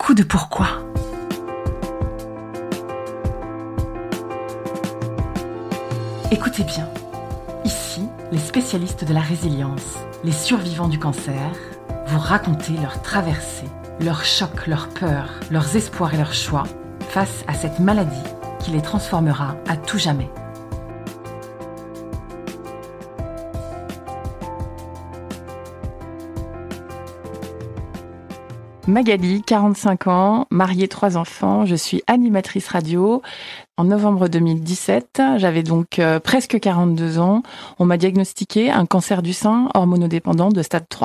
coup de pourquoi. Écoutez bien, ici, les spécialistes de la résilience, les survivants du cancer, vous racontez leur traversée, leurs chocs, leurs peurs, leurs espoirs et leurs choix face à cette maladie qui les transformera à tout jamais. Magali, 45 ans, mariée, 3 enfants, je suis animatrice radio. En novembre 2017, j'avais donc presque 42 ans. On m'a diagnostiqué un cancer du sein hormonodépendant de stade 3.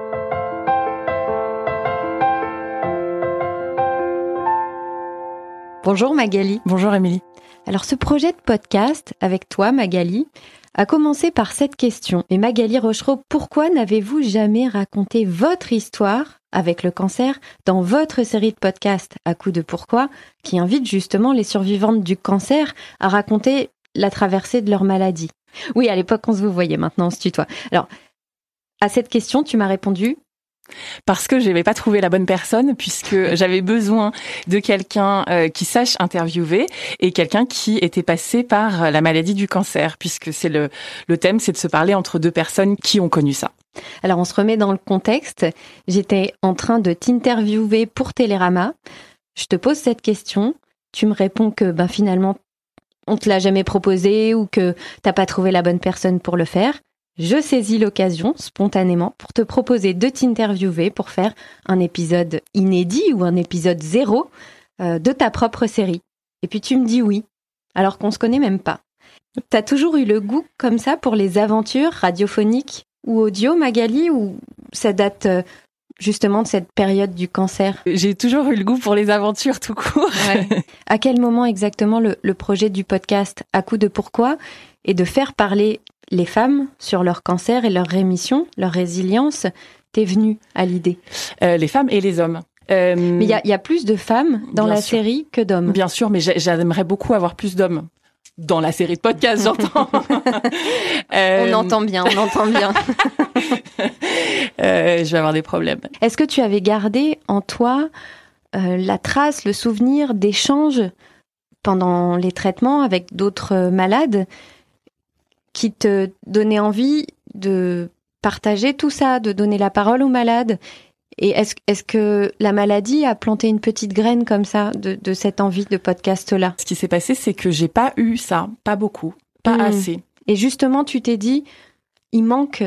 Bonjour Magali. Bonjour Émilie. Alors ce projet de podcast avec toi Magali a commencé par cette question. Et Magali Rochereau, pourquoi n'avez-vous jamais raconté votre histoire avec le cancer dans votre série de podcasts À coup de pourquoi, qui invite justement les survivantes du cancer à raconter la traversée de leur maladie? Oui, à l'époque on se vous voyait, maintenant on se tutoie. Alors, à cette question, tu m'as répondu parce que je n'avais pas trouvé la bonne personne, puisque j'avais besoin de quelqu'un qui sache interviewer et quelqu'un qui était passé par la maladie du cancer, puisque c'est le thème, c'est de se parler entre deux personnes qui ont connu ça. Alors on se remet dans le contexte. J'étais en train de t'interviewer pour Télérama. Je te pose cette question. Tu me réponds que finalement on te l'a jamais proposé ou que t'as pas trouvé la bonne personne pour le faire. Je saisis l'occasion, spontanément, pour te proposer de t'interviewer pour faire un épisode inédit ou un épisode 0 de ta propre série. Et puis tu me dis oui, alors qu'on se connaît même pas. T'as toujours eu le goût comme ça pour les aventures radiophoniques ou audio, Magali, ou ça date justement de cette période du cancer? J'ai toujours eu le goût pour les aventures tout court. Ouais. À quel moment exactement le projet du podcast À coup de pourquoi et de faire parler les femmes sur leur cancer et leur rémission, leur résilience, t'es venue à l'idée? Les femmes et les hommes. Mais il y a plus de femmes dans la série que d'hommes. Bien sûr, mais j'aimerais beaucoup avoir plus d'hommes. Dans la série de podcasts, j'entends. On entend bien. Je vais avoir des problèmes. Est-ce que tu avais gardé en toi la trace, le souvenir d'échanges pendant les traitements avec d'autres malades qui te donnaient envie de partager tout ça, de donner la parole aux malades? Et est-ce que la maladie a planté une petite graine comme ça de cette envie de podcast-là? Ce qui s'est passé, c'est que j'ai pas eu ça, pas beaucoup, pas assez. Et justement, tu t'es dit, il manque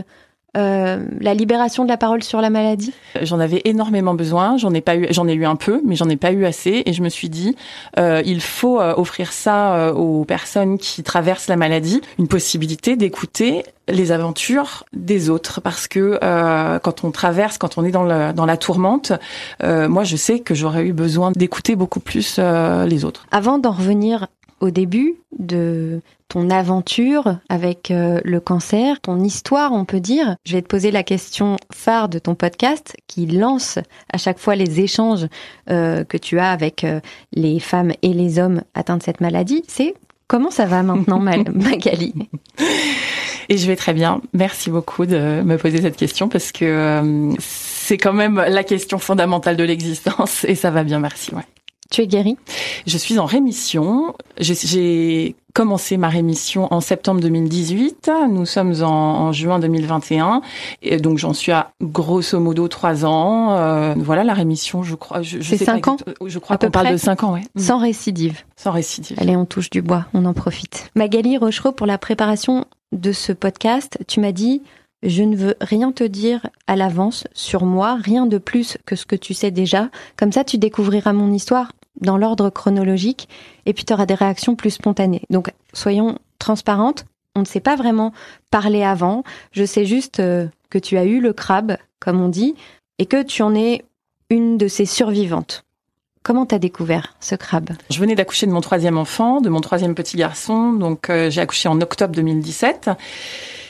la libération de la parole sur la maladie? J'en avais énormément besoin, j'en ai eu un peu, mais j'en ai pas eu assez. Et je me suis dit, il faut offrir ça aux personnes qui traversent la maladie, une possibilité d'écouter les aventures des autres, parce que quand on est dans la tourmente, moi je sais que j'aurais eu besoin d'écouter beaucoup plus les autres. Avant d'en revenir au début de ton aventure avec le cancer, ton histoire, on peut dire, je vais te poser la question phare de ton podcast qui lance à chaque fois les échanges que tu as avec les femmes et les hommes atteints de cette maladie, c'est: comment ça va maintenant, Magali? Et je vais très bien. Merci beaucoup de me poser cette question parce que c'est quand même la question fondamentale de l'existence et ça va bien, merci. Ouais. Tu es guérie? Je suis en rémission. J'ai commencé ma rémission en septembre 2018. Nous sommes en juin 2021. Et donc, j'en suis à grosso modo 3 ans. Voilà, la rémission, je crois. C'est 5 ans? Je crois qu'on parle de 5 ans, ouais. Sans récidive. Sans récidive. Allez, on touche du bois, on en profite. Magali Rochereau, pour la préparation de ce podcast, tu m'as dit: je ne veux rien te dire à l'avance sur moi, rien de plus que ce que tu sais déjà. Comme ça, tu découvriras mon histoire dans l'ordre chronologique et puis tu auras des réactions plus spontanées. Donc, soyons transparentes, on ne s'est pas vraiment parlé avant. Je sais juste que tu as eu le crabe, comme on dit, et que tu en es une de ces survivantes. Comment t'as découvert ce crabe? Je venais d'accoucher de mon 3e enfant, de mon 3e petit garçon. Donc, j'ai accouché en octobre 2017.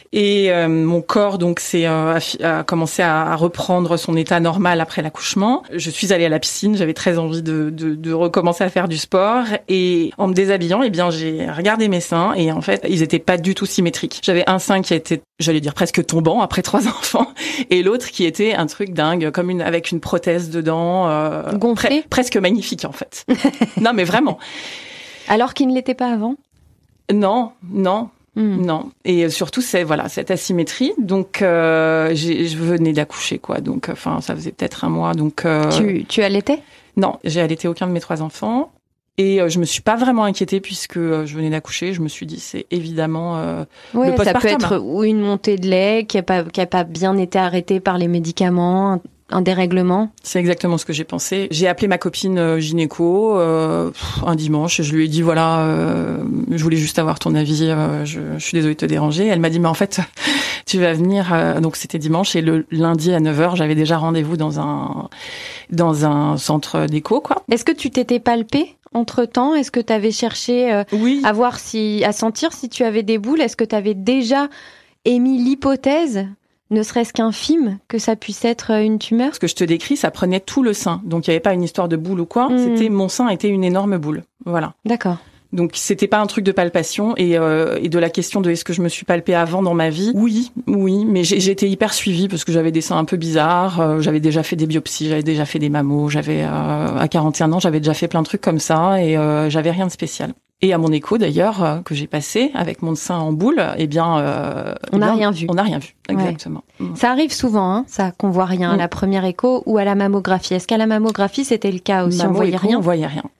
Et mon corps donc a commencé à reprendre son état normal après l'accouchement. Je suis allée à la piscine, j'avais très envie de recommencer à faire du sport, et en me déshabillant, eh bien j'ai regardé mes seins, et en fait ils étaient pas du tout symétriques. J'avais un sein qui était, j'allais dire presque tombant après 3 enfants, et l'autre qui était un truc dingue, comme avec une prothèse dedans, gonflé, presque magnifique en fait. Non mais vraiment. Alors qu'il ne l'était pas avant. Non. Et surtout cette asymétrie. Donc je venais d'accoucher quoi. Donc ça faisait peut-être un mois. Donc tu allaitais? Non, j'ai allaité aucun de mes 3 enfants. Et je me suis pas vraiment inquiétée puisque je venais d'accoucher. Je me suis dit c'est évidemment le postpartum. Ça peut être ou une montée de lait qui a pas bien été arrêtée par les médicaments. Un dérèglement. C'est exactement ce que j'ai pensé. J'ai appelé ma copine gynéco un dimanche et je lui ai dit voilà, je voulais juste avoir ton avis, je suis désolée de te déranger. Elle m'a dit mais en fait tu vas venir, donc c'était dimanche, et le lundi à 9h j'avais déjà rendez-vous dans un centre d'écho quoi. Est-ce que tu t'étais palpée entre-temps? Est-ce que tu avais cherché oui. à sentir si tu avais des boules? Est-ce que tu avais déjà émis l'hypothèse, ne serait-ce qu'infime, que ça puisse être une tumeur? Ce que je te décris, ça prenait tout le sein. Donc, il n'y avait pas une histoire de boule ou quoi. C'était, mon sein était une énorme boule. Voilà. D'accord. Donc, c'était pas un truc de palpation. Et de la question de est-ce que je me suis palpée avant dans ma vie? Oui. Mais j'ai été hyper suivie parce que j'avais des seins un peu bizarres. J'avais déjà fait des biopsies, j'avais déjà fait des mammos. À 41 ans, j'avais déjà fait plein de trucs comme ça, et j'avais rien de spécial. Et à mon écho d'ailleurs, que j'ai passé avec mon sein en boule, on n'a rien vu. On n'a rien vu, exactement. Ouais. Ça arrive souvent, hein, ça, qu'on voit rien à la première écho ou à la mammographie. Est-ce qu'à la mammographie c'était le cas aussi? On voyait rien. On voyait rien.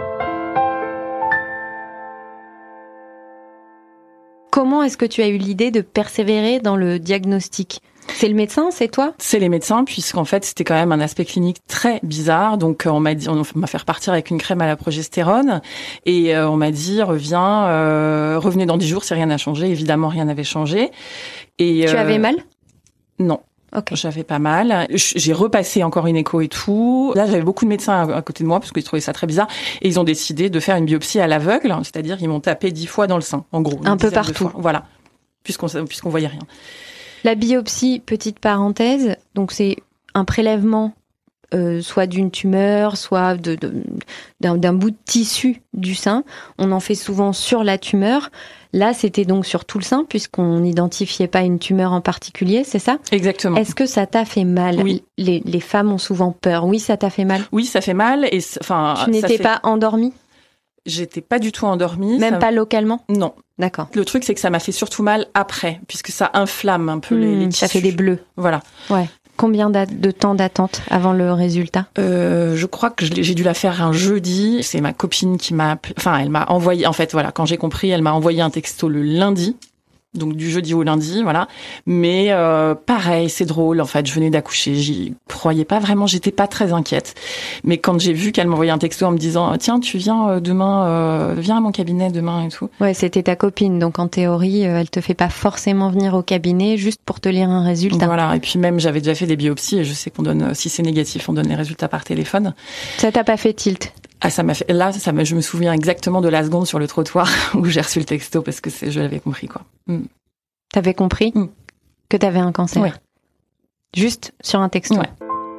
Comment est-ce que tu as eu l'idée de persévérer dans le diagnostic? C'est le médecin, c'est toi? C'est les médecins, puisqu'en fait, c'était quand même un aspect clinique très bizarre. Donc, on m'a fait repartir avec une crème à la progestérone, et on m'a dit, revenez dans 10 jours si rien n'a changé. Évidemment, rien n'avait changé. Et tu avais mal? Non. Okay. J'avais pas mal. J'ai repassé encore une écho et tout. Là, j'avais beaucoup de médecins à côté de moi parce qu'ils trouvaient ça très bizarre. Et ils ont décidé de faire une biopsie à l'aveugle, c'est-à-dire ils m'ont tapé 10 fois dans le sein, en gros. Un peu partout. Voilà. Puisqu'on voyait rien. La biopsie, petite parenthèse, donc c'est un prélèvement soit d'une tumeur, soit d'un bout de tissu du sein. On en fait souvent sur la tumeur. Là, c'était donc sur tout le sein, puisqu'on n'identifiait pas une tumeur en particulier, c'est ça? Exactement. Est-ce que ça t'a fait mal? Oui. Les femmes ont souvent peur. Oui, ça t'a fait mal? Oui, ça fait mal. Et tu n'étais pas endormie? J'étais pas du tout endormie. Même pas localement? Non. D'accord. Le truc, c'est que ça m'a fait surtout mal après, puisque ça inflamme un peu les tissus. Ça fait des bleus. Voilà. Ouais. Combien de temps d'attente avant le résultat? Je crois que j'ai dû la faire un jeudi. C'est ma copine qui elle m'a envoyé, en fait, voilà, quand j'ai compris, elle m'a envoyé un texto le lundi. Donc du jeudi au lundi, voilà. Mais pareil, c'est drôle. En fait, je venais d'accoucher, j'y croyais pas vraiment, j'étais pas très inquiète. Mais quand j'ai vu qu'elle m'envoyait un texto en me disant tiens, tu viens demain, viens à mon cabinet demain et tout. Ouais, c'était ta copine, donc en théorie, elle te fait pas forcément venir au cabinet juste pour te lire un résultat. Voilà. Et puis même, j'avais déjà fait des biopsies et je sais qu'on donne, si c'est négatif, on donne les résultats par téléphone. Ça t'a pas fait tilt? Ah, ça m'a fait. Là, je me souviens exactement de la seconde sur le trottoir où j'ai reçu le texto parce que je l'avais compris, quoi. T'avais compris que t'avais un cancer? Oui. Juste sur un texto? Ouais.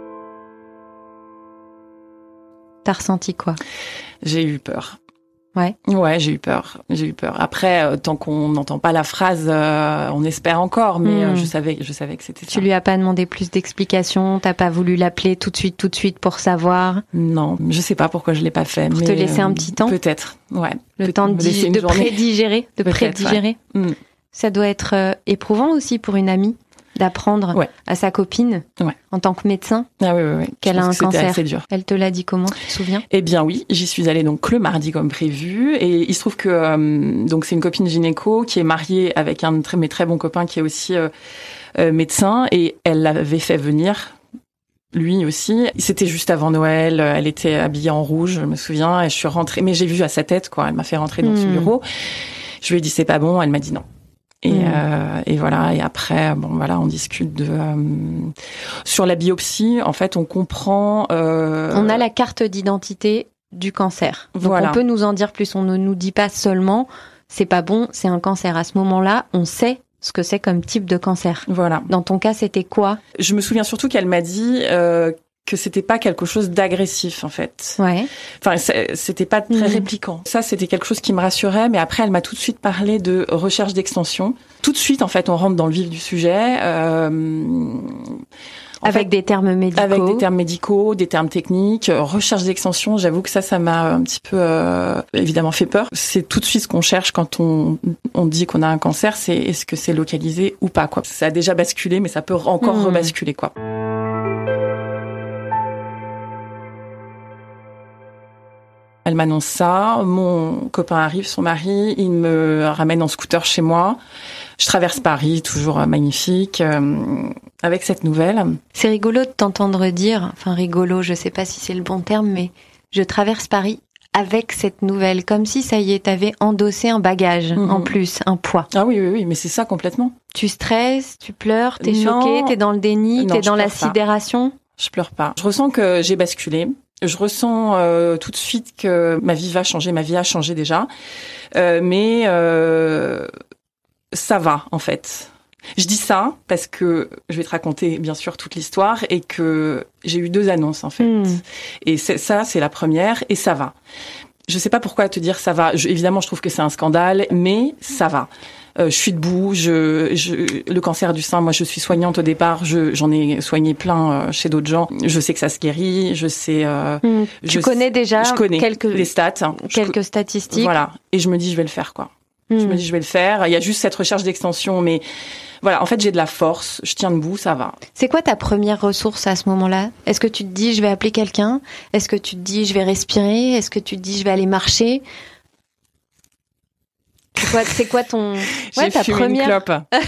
T'as ressenti quoi? J'ai eu peur. Ouais. Ouais, j'ai eu peur. Après, tant qu'on n'entend pas la phrase, on espère encore, mais je savais que c'était ça. Tu lui as pas demandé plus d'explications? T'as pas voulu l'appeler tout de suite pour savoir? Non, je sais pas pourquoi je l'ai pas fait. Pour te laisser un petit temps? Peut-être, ouais. Le temps de prédigérer, Ouais. Ça doit être éprouvant aussi pour une amie d'apprendre à sa copine en tant que médecin qu'elle a un cancer. Assez dur. Elle te l'a dit comment, tu te souviens? Eh bien oui, j'y suis allée donc le mardi comme prévu, et il se trouve que donc c'est une copine gynéco qui est mariée avec un de mes très bons copains qui est aussi médecin, et elle l'avait fait venir. Lui aussi. C'était juste avant Noël. Elle était habillée en rouge, je me souviens, et je suis rentrée. Mais j'ai vu à sa tête, quoi. Elle m'a fait rentrer dans son bureau. Je lui ai dit c'est pas bon. Elle m'a dit non. Et voilà. Et après, on discute sur la biopsie. En fait, on comprend. On a la carte d'identité du cancer. Donc on peut nous en dire plus. On ne nous dit pas seulement c'est pas bon, c'est un cancer. À ce moment-là, on sait ce que c'est comme type de cancer. Voilà. Dans ton cas, c'était quoi? Je me souviens surtout qu'elle m'a dit que c'était pas quelque chose d'agressif en fait. Ouais. Enfin, c'était pas très répliquant. Ça, c'était quelque chose qui me rassurait. Mais après, elle m'a tout de suite parlé de recherche d'extension. Tout de suite, en fait, on rentre dans le vif du sujet. Avec des termes médicaux. Avec des termes médicaux, des termes techniques, recherche d'extension. J'avoue que ça m'a un petit peu évidemment fait peur. C'est tout de suite ce qu'on cherche quand on dit qu'on a un cancer, c'est est-ce que c'est localisé ou pas, quoi. Ça a déjà basculé, mais ça peut encore rebasculer, quoi. Elle m'annonce ça, mon copain arrive, son mari, il me ramène en scooter chez moi. Je traverse Paris, toujours magnifique, avec cette nouvelle. C'est rigolo de t'entendre dire, enfin rigolo, je sais pas si c'est le bon terme, mais je traverse Paris avec cette nouvelle, comme si ça y est, t'avais endossé un bagage en plus, un poids. Ah oui, mais c'est ça complètement. Tu stresses, tu pleures, t'es choquée, t'es dans le déni, t'es dans la sidération. Je pleure pas. Je ressens que j'ai basculé. Je ressens tout de suite que ma vie va changer. Ma vie a changé déjà. Mais ça va, en fait. Je dis ça parce que je vais te raconter, bien sûr, toute l'histoire et que j'ai eu 2 annonces, en fait. Et ça, c'est la première et ça va. Je sais pas pourquoi te dire ça va. Évidemment, je trouve que c'est un scandale, mais ça va. Je suis debout. Le cancer du sein, moi, je suis soignante au départ. J'en ai soigné plein chez d'autres gens. Je sais que ça se guérit. Je sais. Tu connais déjà. Je connais les stats. Quelques statistiques. Voilà. Et je me dis, je vais le faire, quoi. Je me dis, je vais le faire. Il y a juste cette recherche d'extension, mais voilà. En fait, j'ai de la force. Je tiens debout, ça va. C'est quoi ta première ressource à ce moment-là? Est-ce que tu te dis, je vais appeler quelqu'un? Est-ce que tu te dis, je vais respirer? Est-ce que tu te dis, je vais aller marcher? C'est quoi ton... J'ai fumé une clope.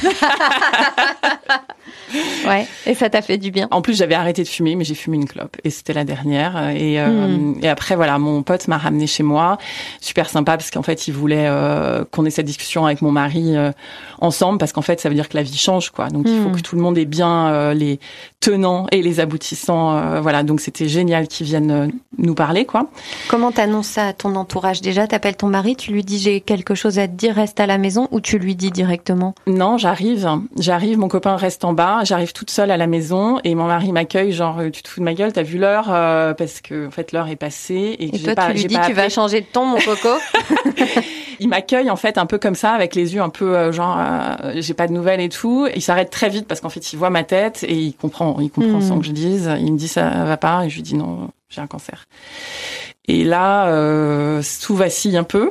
Ouais, et ça t'a fait du bien. En plus, j'avais arrêté de fumer, mais j'ai fumé une clope. Et c'était la dernière. Et après, voilà, mon pote m'a ramené chez moi. Super sympa, parce qu'en fait, il voulait qu'on ait cette discussion avec mon mari ensemble, parce qu'en fait, ça veut dire que la vie change, quoi. Donc, il faut que tout le monde ait bien les tenants et les aboutissants. Voilà, donc c'était génial qu'ils viennent nous parler, quoi. Comment t'annonces ça à ton entourage? Déjà, t'appelles ton mari, tu lui dis, j'ai quelque chose à te dire, reste à la maison, ou tu lui dis directement? Non, j'arrive, mon copain reste en bas, j'arrive toute seule à la maison et mon mari m'accueille, genre tu te fous de ma gueule, t'as vu l'heure, parce que en fait l'heure est passée et que toi tu lui dis tu vas changer de ton, mon coco. Il m'accueille en fait un peu comme ça, avec les yeux un peu genre j'ai pas de nouvelles et tout. Il s'arrête très vite parce qu'en fait il voit ma tête et il comprend sans que je dise. Il me dit ça va pas et je lui dis non, j'ai un cancer. Et là tout vacille un peu.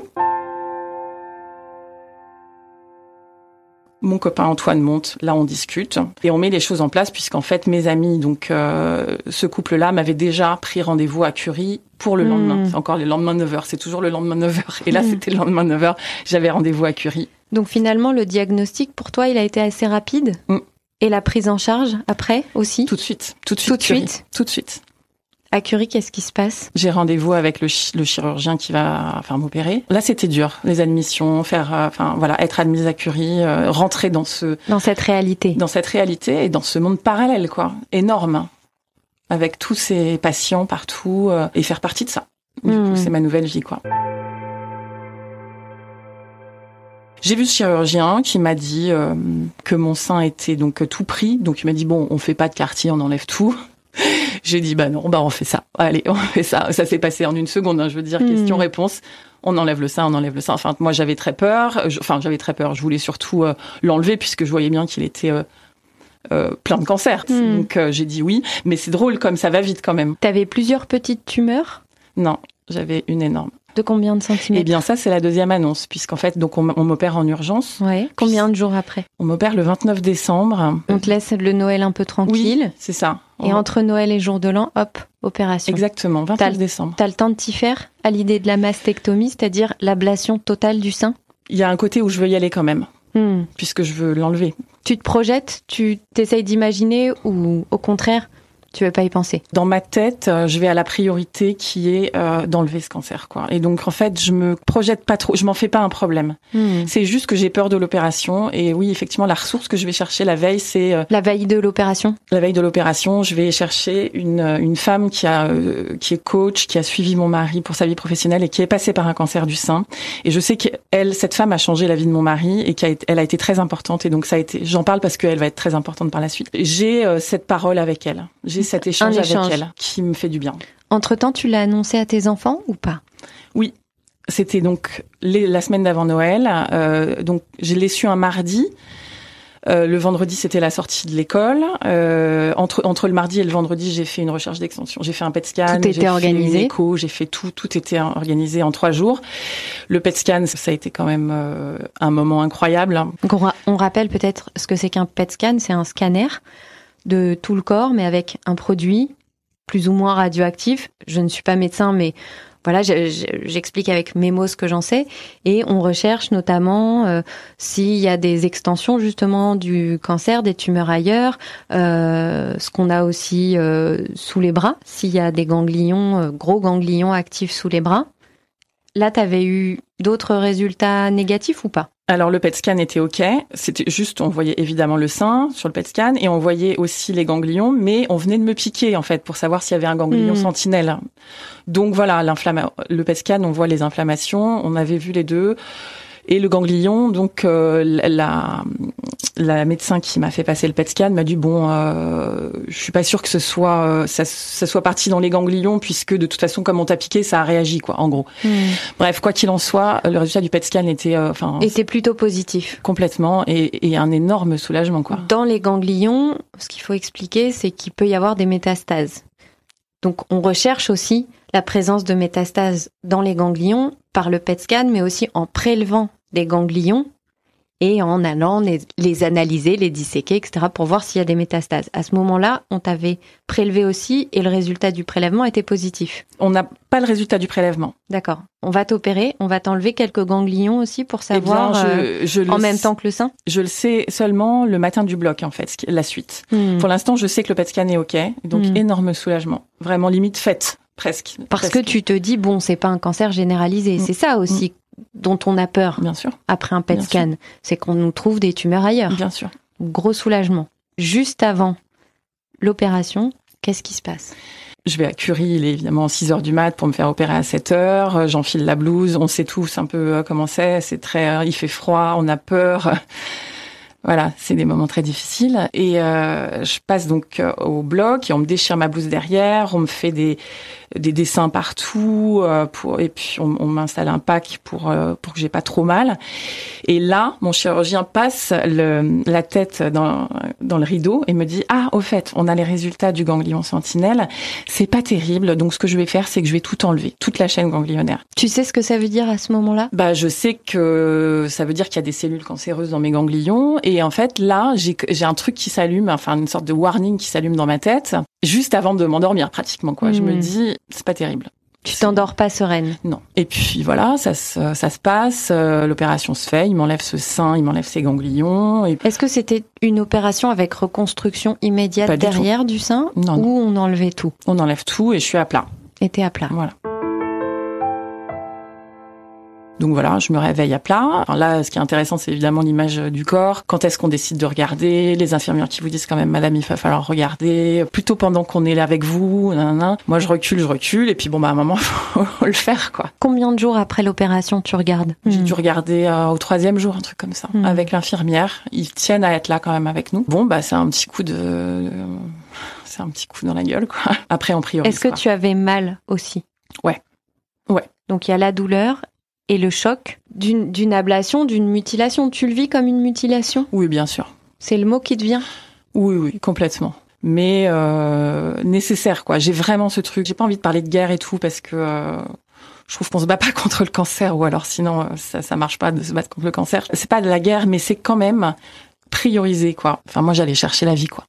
Mon copain Antoine monte, là on discute et on met les choses en place puisqu'en fait mes amis, donc ce couple-là m'avait déjà pris rendez-vous à Curie pour le lendemain. C'est encore le lendemain 9h, c'est toujours le lendemain 9h. Et là c'était le lendemain 9h, j'avais rendez-vous à Curie. Donc finalement le diagnostic pour toi il a été assez rapide et la prise en charge après aussi? Tout de suite. À Curie, qu'est-ce qui se passe? J'ai rendez-vous avec le chirurgien qui va m'opérer. Là, c'était dur. Les admissions, être admise à Curie, rentrer dans cette réalité. Dans cette réalité et dans ce monde parallèle, quoi. Énorme. Avec tous ces patients partout, et faire partie de ça. Du coup, c'est ma nouvelle vie, quoi. J'ai vu ce chirurgien qui m'a dit que mon sein était donc tout pris. Donc, il m'a dit, bon, on fait pas de quartier, on enlève tout. J'ai dit on fait ça. Allez, on fait ça. Ça s'est passé en une seconde, je veux dire, question-réponse. On enlève le sein. Enfin, moi, j'avais très peur. Je voulais surtout l'enlever puisque je voyais bien qu'il était plein de cancers. Donc, j'ai dit oui. Mais c'est drôle, comme ça va vite quand même. T'avais plusieurs petites tumeurs? Non, j'avais une énorme. De combien de centimètres? Eh bien, ça, c'est la deuxième annonce, puisqu'en fait, donc on m'opère en urgence. Ouais. Combien de jours après? On m'opère le 29 décembre. On te laisse le Noël un peu tranquille. Oui, c'est ça. Et entre Noël et jour de l'an, hop, opération. Exactement, 29 décembre. T'as le temps de t'y faire à l'idée de la mastectomie, c'est-à-dire l'ablation totale du sein? Il y a un côté où je veux y aller quand même, puisque je veux l'enlever. Tu te projettes? Tu t'essayes d'imaginer ou au contraire, Tu veux pas y penser. Dans ma tête, je vais à la priorité qui est d'enlever ce cancer, quoi. Et donc en fait, je me projette pas trop, je m'en fais pas un problème. C'est juste que j'ai peur de l'opération. Et oui, effectivement, la ressource que je vais chercher la veille, c'est la veille de l'opération. La veille de l'opération, je vais chercher une femme qui est coach, qui a suivi mon mari pour sa vie professionnelle et qui est passée par un cancer du sein. Et je sais qu'elle, cette femme, a changé la vie de mon mari et elle a été très importante. Et donc ça a été, j'en parle parce qu'elle va être très importante par la suite. J'ai cette parole avec elle. J'ai cet échange avec elle qui me fait du bien. Entre-temps, tu l'as annoncé à tes enfants ou pas? Oui. C'était donc la semaine d'avant Noël. Donc je l'ai su un mardi. Le vendredi, c'était la sortie de l'école. Entre le mardi et le vendredi, j'ai fait une recherche d'extension. J'ai fait un PET scan. Tout était organisé. J'ai fait une écho. J'ai fait tout. Tout était organisé en 3 jours. Le PET scan, ça a été quand même un moment incroyable. Donc on rappelle peut-être ce que c'est qu'un PET scan. C'est un scanner de tout le corps, mais avec un produit plus ou moins radioactif. Je ne suis pas médecin, mais voilà, j'explique avec mes mots ce que j'en sais. Et on recherche notamment s'il y a des extensions justement du cancer, des tumeurs ailleurs, ce qu'on a aussi sous les bras, s'il y a des ganglions, gros ganglions actifs sous les bras. Là, tu avais eu d'autres résultats négatifs ou pas? Alors le PET scan était OK, c'était juste, on voyait évidemment le sein sur le PET scan et on voyait aussi les ganglions, mais on venait de me piquer en fait pour savoir s'il y avait un ganglion sentinelle. Donc voilà, le PET scan, on voit les inflammations, on avait vu les deux. Et le ganglion, donc la médecin qui m'a fait passer le PET scan m'a dit je suis pas sûre que ça soit parti dans les ganglions puisque de toute façon comme on t'a piqué ça a réagi quoi en gros. Bref, quoi qu'il en soit, le résultat du PET scan était plutôt positif. Complètement et un énorme soulagement quoi. Dans les ganglions, ce qu'il faut expliquer c'est qu'il peut y avoir des métastases. Donc on recherche aussi la présence de métastases dans les ganglions par le PET scan, mais aussi en prélevant des ganglions et en allant les analyser, les disséquer, etc. pour voir s'il y a des métastases. À ce moment-là, on t'avait prélevé aussi et le résultat du prélèvement était positif. On n'a pas le résultat du prélèvement. D'accord. On va t'opérer, on va t'enlever quelques ganglions aussi pour savoir en même temps que le sein. Je le sais seulement le matin du bloc en fait, la suite. Pour l'instant, je sais que le PET scan est OK, donc énorme soulagement. Vraiment limite fête. Presque. Parce que tu te dis, c'est pas un cancer généralisé. C'est ça aussi dont on a peur. Bien sûr. Après un PET scan. C'est qu'on nous trouve des tumeurs ailleurs. Bien sûr. Gros soulagement. Juste avant l'opération, qu'est-ce qui se passe? Je vais à Curie, il est évidemment 6h du mat pour me faire opérer à 7h. J'enfile la blouse. On sait tous un peu comment c'est. Il fait froid, on a peur. Voilà, c'est des moments très difficiles. Et je passe donc au bloc et on me déchire ma blouse derrière, on me fait des dessins partout et puis on m'installe un pack pour que j'ai pas trop mal. Et là, mon chirurgien passe la tête dans le rideau et me dit au fait, on a les résultats du ganglion sentinelle. C'est pas terrible, donc ce que je vais faire, c'est que je vais tout enlever, toute la chaîne ganglionnaire. Tu sais ce que ça veut dire à ce moment-là? Je sais que ça veut dire qu'il y a des cellules cancéreuses dans mes ganglions et en fait là, j'ai un truc qui s'allume, enfin une sorte de warning qui s'allume dans ma tête juste avant de m'endormir pratiquement quoi. Je me dis c'est pas terrible. Tu t'endors pas sereine? Non. Et puis voilà, ça se passe, l'opération se fait, il m'enlève ce sein, il m'enlève ses ganglions. Et... Est-ce que c'était une opération avec reconstruction immédiate derrière du sein? Non. Ou on enlevait tout? On enlève tout et je suis à plat. Et t'es à plat. Voilà. Donc voilà, je me réveille à plat. Alors là, ce qui est intéressant, c'est évidemment l'image du corps. Quand est-ce qu'on décide de regarder? Les infirmières qui vous disent quand même, madame, il va falloir regarder. Plutôt pendant qu'on est là avec vous. Nanana. Moi, je recule. Et puis à un moment, faut le faire, quoi. Combien de jours après l'opération tu regardes? J'ai dû regarder au 3e jour, un truc comme ça, avec l'infirmière. Ils tiennent à être là quand même avec nous. C'est un petit coup c'est un petit coup dans la gueule, quoi. Après, on priorise. Est-ce que tu avais mal aussi? Ouais. Donc il y a la douleur et le choc d'une ablation, d'une mutilation. Tu le vis comme une mutilation? Oui, bien sûr. C'est le mot qui te vient? Oui, complètement. Mais nécessaire, quoi. J'ai vraiment ce truc. J'ai pas envie de parler de guerre et tout parce que je trouve qu'on se bat pas contre le cancer ou alors sinon ça marche pas de se battre contre le cancer. C'est pas de la guerre, mais c'est quand même prioriser, quoi. Enfin, moi, j'allais chercher la vie, quoi.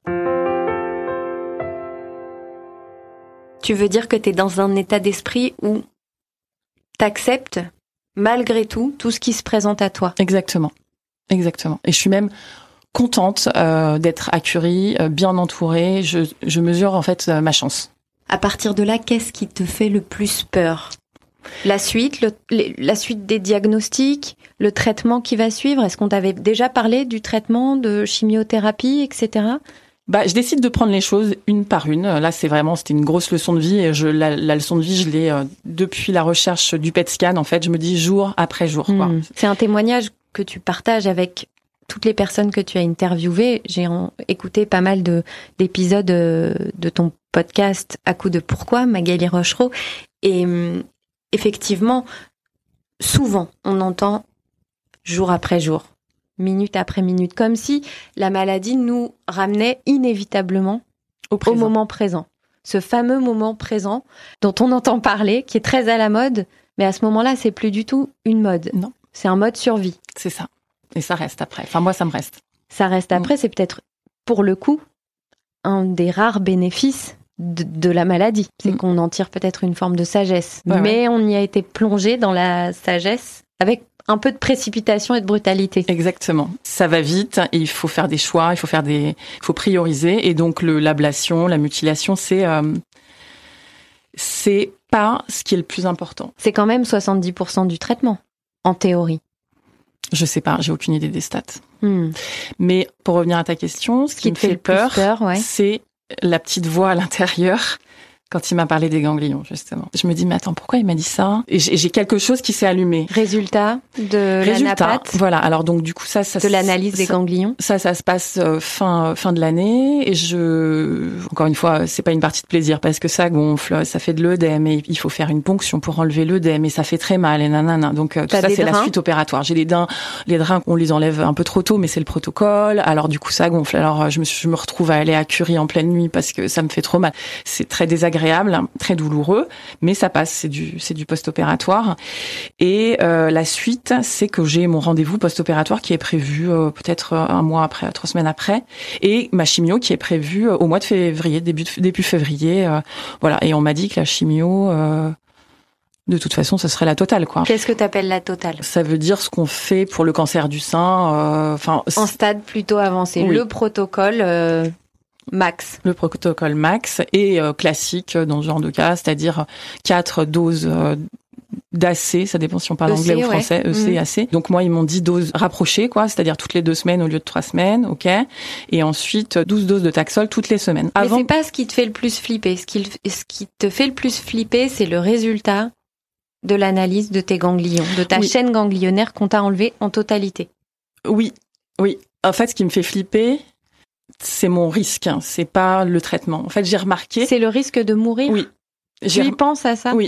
Tu veux dire que t'es dans un état d'esprit où t'acceptes malgré tout ce qui se présente à toi? Exactement. Et je suis même contente d'être à Curie, bien entourée. Je mesure en fait ma chance. À partir de là, qu'est-ce qui te fait le plus peur ? La suite, la suite des diagnostics, le traitement qui va suivre. Est-ce qu'on t'avait déjà parlé du traitement, de chimiothérapie, etc. Je décide de prendre les choses une par une. Là, c'était une grosse leçon de vie. Et la leçon de vie, je l'ai depuis la recherche du PET scan. En fait, je me dis jour après jour. Quoi. C'est un témoignage que tu partages avec toutes les personnes que tu as interviewées. J'ai écouté pas mal d'épisodes de ton podcast À coup de pourquoi, Magali Rochereau. Et effectivement, souvent, on entend jour après jour, minute après minute, comme si la maladie nous ramenait inévitablement au moment présent. Ce fameux moment présent dont on entend parler, qui est très à la mode, mais à ce moment-là, c'est plus du tout une mode. Non. C'est un mode survie. C'est ça. Et ça reste après. Enfin, moi, ça me reste. Ça reste après, c'est peut-être, pour le coup, un des rares bénéfices de la maladie. C'est qu'on en tire peut-être une forme de sagesse. Mais on y a été plongé dans la sagesse avec un peu de précipitation et de brutalité. Exactement. Ça va vite et il faut faire des choix, il faut prioriser. Et donc, l'ablation, la mutilation, c'est pas ce qui est le plus important. C'est quand même 70% du traitement, en théorie. Je sais pas, j'ai aucune idée des stats. Mais pour revenir à ta question, ce qui me fait peur, c'est la petite voix à l'intérieur quand il m'a parlé des ganglions, justement. Je me dis, mais attends, pourquoi il m'a dit ça ? Et j'ai quelque chose qui s'est allumé. Résultat de l'anapathe. Voilà. Alors donc du coup ça de l'analyse des ganglions. Ça se passe fin de l'année et encore une fois, c'est pas une partie de plaisir parce que ça gonfle, ça fait de l'œdème et il faut faire une ponction pour enlever l'œdème et ça fait très mal et nanana. Donc tout ça c'est la suite opératoire. J'ai les drains on les enlève un peu trop tôt mais c'est le protocole. Alors du coup ça gonfle. Alors je me retrouve à aller à Curie en pleine nuit parce que ça me fait trop mal. C'est très désagréable, très douloureux, mais ça passe, c'est du post-opératoire. Et la suite, c'est que j'ai mon rendez-vous post-opératoire qui est prévu peut-être un mois après, 3 semaines après, et ma chimio qui est prévue au mois de février, début février. Voilà, et on m'a dit que la chimio, de toute façon, ce serait la totale, quoi. Qu'est-ce que t'appelles la totale ? Ça veut dire ce qu'on fait pour le cancer du sein. En stade plutôt avancé, oui. Le protocole. Max. Le protocole max et classique dans ce genre de cas, c'est-à-dire 4 doses d'AC, ça dépend si on parle anglais ou français, EC, AC. Donc moi, ils m'ont dit doses rapprochées, quoi, c'est-à-dire toutes les 2 semaines au lieu de 3 semaines, ok. Et ensuite, 12 doses de Taxol toutes les semaines. Mais c'est pas ce qui te fait le plus flipper. Ce qui te fait le plus flipper, c'est le résultat de l'analyse de tes ganglions, de ta chaîne ganglionnaire qu'on t'a enlevée en totalité. Oui. En fait, ce qui me fait flipper, c'est mon risque, c'est pas le traitement. En fait, j'ai remarqué... C'est le risque de mourir ? Oui. Tu y penses à ça ? Oui.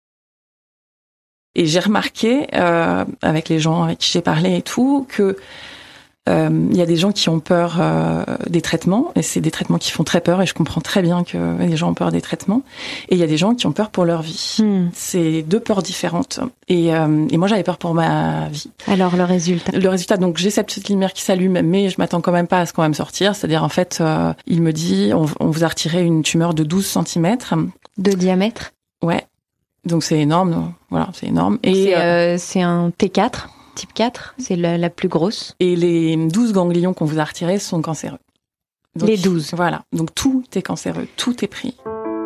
Et j'ai remarqué, avec les gens avec qui j'ai parlé et tout, que il y a des gens qui ont peur des traitements, et c'est des traitements qui font très peur, et je comprends très bien que les gens ont peur des traitements. Et il y a des gens qui ont peur pour leur vie. C'est 2 peurs différentes. Et moi, j'avais peur pour ma vie. Alors, le résultat, donc j'ai cette petite lumière qui s'allume, mais je m'attends quand même pas à ce qu'on va me sortir. C'est-à-dire, en fait, il me dit, on vous a retiré une tumeur de 12 cm. De diamètre ? Ouais. Donc c'est énorme. Voilà, c'est énorme. Et c'est un T4 type 4, c'est la plus grosse. Et les 12 ganglions qu'on vous a retirés sont cancéreux. Donc, les 12. Voilà. Donc tout est cancéreux, tout est pris.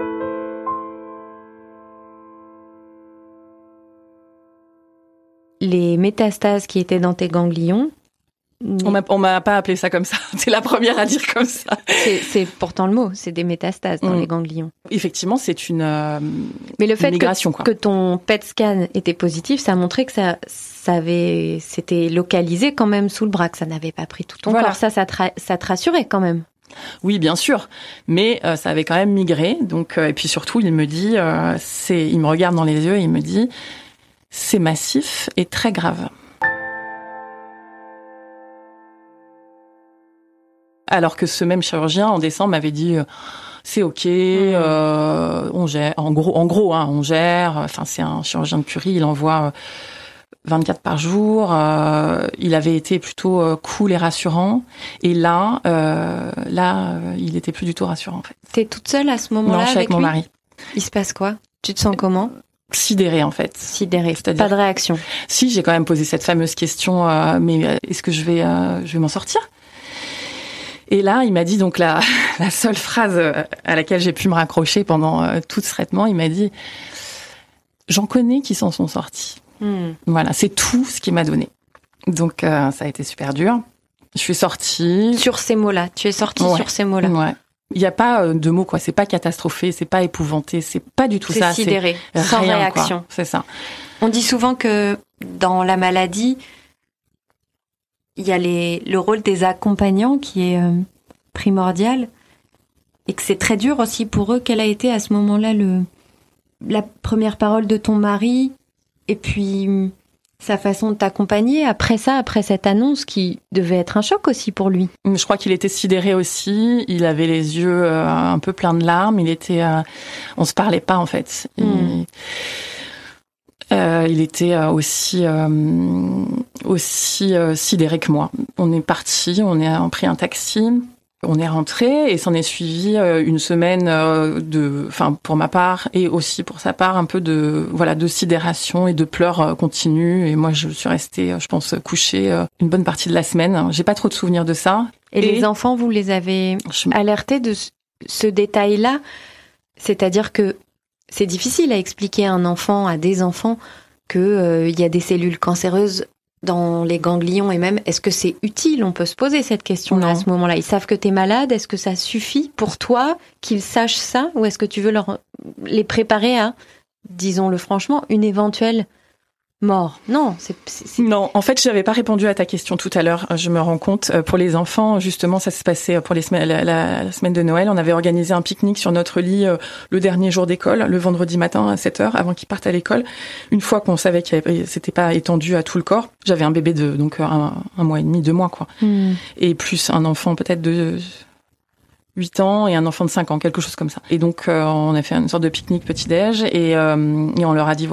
Les métastases qui étaient dans tes ganglions... On m'a pas appelé ça comme ça. C'est la première à dire comme ça. C'est pourtant le mot. C'est des métastases dans les ganglions. Effectivement, c'est une mais le fait migration, que ton PET scan était positif, ça a montré que c'était localisé quand même sous le bras, que ça n'avait pas pris tout ton corps. Ça te rassurait quand même. Oui, bien sûr. Mais ça avait quand même migré. Donc, et puis surtout, il me dit, il me regarde dans les yeux et il me dit, c'est massif et très grave. Alors que ce même chirurgien, en décembre, m'avait dit c'est ok, on gère. En gros, on gère. Enfin, c'est un chirurgien de Curie, il envoie 24 par jour. Il avait été plutôt cool et rassurant. Et là, il était plus du tout rassurant, en fait. T'es toute seule à ce moment-là? Non, je suis avec mon mari. Il se passe quoi? Tu te sens comment? Sidérée, en fait. Sidérée. C'est-à-dire... Pas de réaction. Si, j'ai quand même posé cette fameuse question, mais est-ce que je vais m'en sortir? Et là, il m'a dit donc la seule phrase à laquelle j'ai pu me raccrocher pendant tout ce traitement, il m'a dit « J'en connais qui s'en sont sortis. » Voilà, c'est tout ce qu'il m'a donné. Donc, ça a été super dur. Je suis sortie. Sur ces mots-là, tu es sortie sur ces mots-là. Ouais. Il n'y a pas de mots, quoi. C'est pas catastrophé, c'est pas épouvanté, c'est pas du tout ça. C'est sidéré, sans rien, réaction. Quoi. C'est ça. On dit souvent que dans la maladie, il y a le rôle des accompagnants qui est primordial et que c'est très dur aussi pour eux. Quelle a été à ce moment-là la première parole de ton mari et puis sa façon de t'accompagner après cette annonce qui devait être un choc aussi pour lui? Je crois qu'il était sidéré aussi. Il avait les yeux un peu pleins de larmes. On se parlait pas en fait. Il était aussi sidéré que moi. On est parti, on a pris un taxi, on est rentré et s'en est suivi une semaine pour ma part et aussi pour sa part un peu de sidération et de pleurs continus. Et moi, je suis restée, je pense, couchée une bonne partie de la semaine. J'ai pas trop de souvenirs de ça. Et les enfants, vous les avez alertés de ce détail-là? C'est-à-dire que c'est difficile à expliquer à des enfants que y a des cellules cancéreuses dans les ganglions et même, est-ce que c'est utile? On peut se poser cette question-là à ce moment-là. Ils savent que t'es malade. Est-ce que ça suffit pour toi qu'ils sachent ça? Ou est-ce que tu veux les préparer à, disons-le franchement, une éventuelle mort? Non, Non, en fait, j'avais pas répondu à ta question tout à l'heure. Je me rends compte. Pour les enfants, justement, ça se passait pour la semaine de Noël. On avait organisé un pique-nique sur notre lit le dernier jour d'école, le vendredi matin à 7h, avant qu'ils partent à l'école. Une fois qu'on savait que c'était pas étendu à tout le corps. J'avais un bébé de un mois et demi, 2 mois, quoi. Et plus un enfant peut-être de 8 ans et un enfant de 5 ans, quelque chose comme ça. Et donc, on a fait une sorte de pique-nique petit-déj et on leur a dit,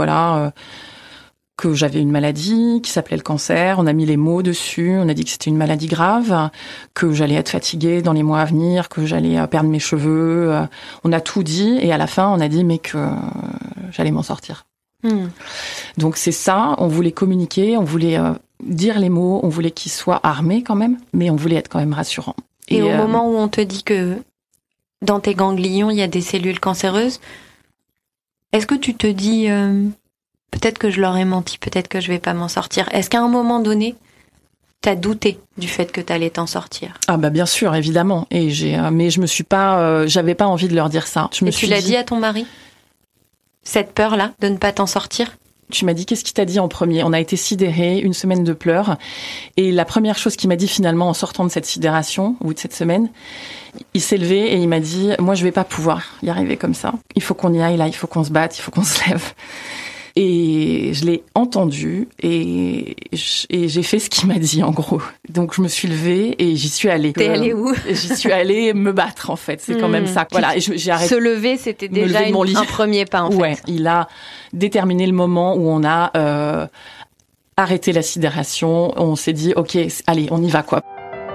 que j'avais une maladie qui s'appelait le cancer. On a mis les mots dessus. On a dit que c'était une maladie grave, que j'allais être fatiguée dans les mois à venir, que j'allais perdre mes cheveux. On a tout dit et à la fin, on a dit mais que j'allais m'en sortir. Donc c'est ça. On voulait communiquer, on voulait dire les mots, on voulait qu'ils soient armés quand même, mais on voulait être quand même rassurant. Et au moment où on te dit que dans tes ganglions, il y a des cellules cancéreuses, est-ce que tu te dis peut-être que je leur ai menti, peut-être que je vais pas m'en sortir. Est-ce qu'à un moment donné, t'as douté du fait que t'allais t'en sortir? Ah bah bien sûr, évidemment. Et mais je me suis pas, j'avais pas envie de leur dire ça. Et tu l'as dit à ton mari? Cette peur-là de ne pas t'en sortir? Tu m'as dit, qu'est-ce qu'il t'a dit en premier? On a été sidérés, une semaine de pleurs. Et la première chose qu'il m'a dit finalement en sortant de cette sidération, au bout de cette semaine, il s'est levé et il m'a dit, moi je vais pas pouvoir y arriver comme ça. Il faut qu'on y aille là, il faut qu'on se batte, il faut qu'on se lève. Et je l'ai entendu et j'ai fait ce qu'il m'a dit en gros. Donc je me suis levée et j'y suis allée. T'es allée où? J'y suis allée me battre en fait. C'est quand même ça. Voilà. Et j'ai arrêté. Se lever, c'était déjà un premier pas en fait. Ouais. Il a déterminé le moment où on a arrêté la sidération. On s'est dit ok, allez, on y va quoi.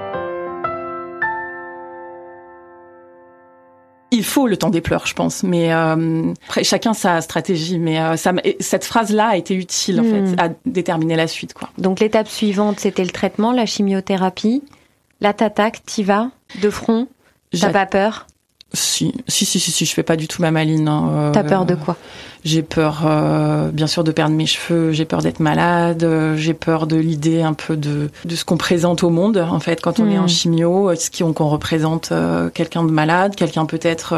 Il faut le temps des pleurs, je pense. Mais après, chacun sa stratégie. Mais cette phrase-là a été utile, en fait, à déterminer la suite, quoi. Donc, l'étape suivante, c'était le traitement, la chimiothérapie. Là, t'attaques, t'y vas, de front. T'as pas peur? Si, je fais pas du tout ma maline. Hein. T'as peur de quoi? J'ai peur, bien sûr, de perdre mes cheveux. J'ai peur d'être malade. J'ai peur de l'idée un peu de ce qu'on présente au monde, en fait, quand on est en chimio, qu'on représente quelqu'un de malade, quelqu'un peut-être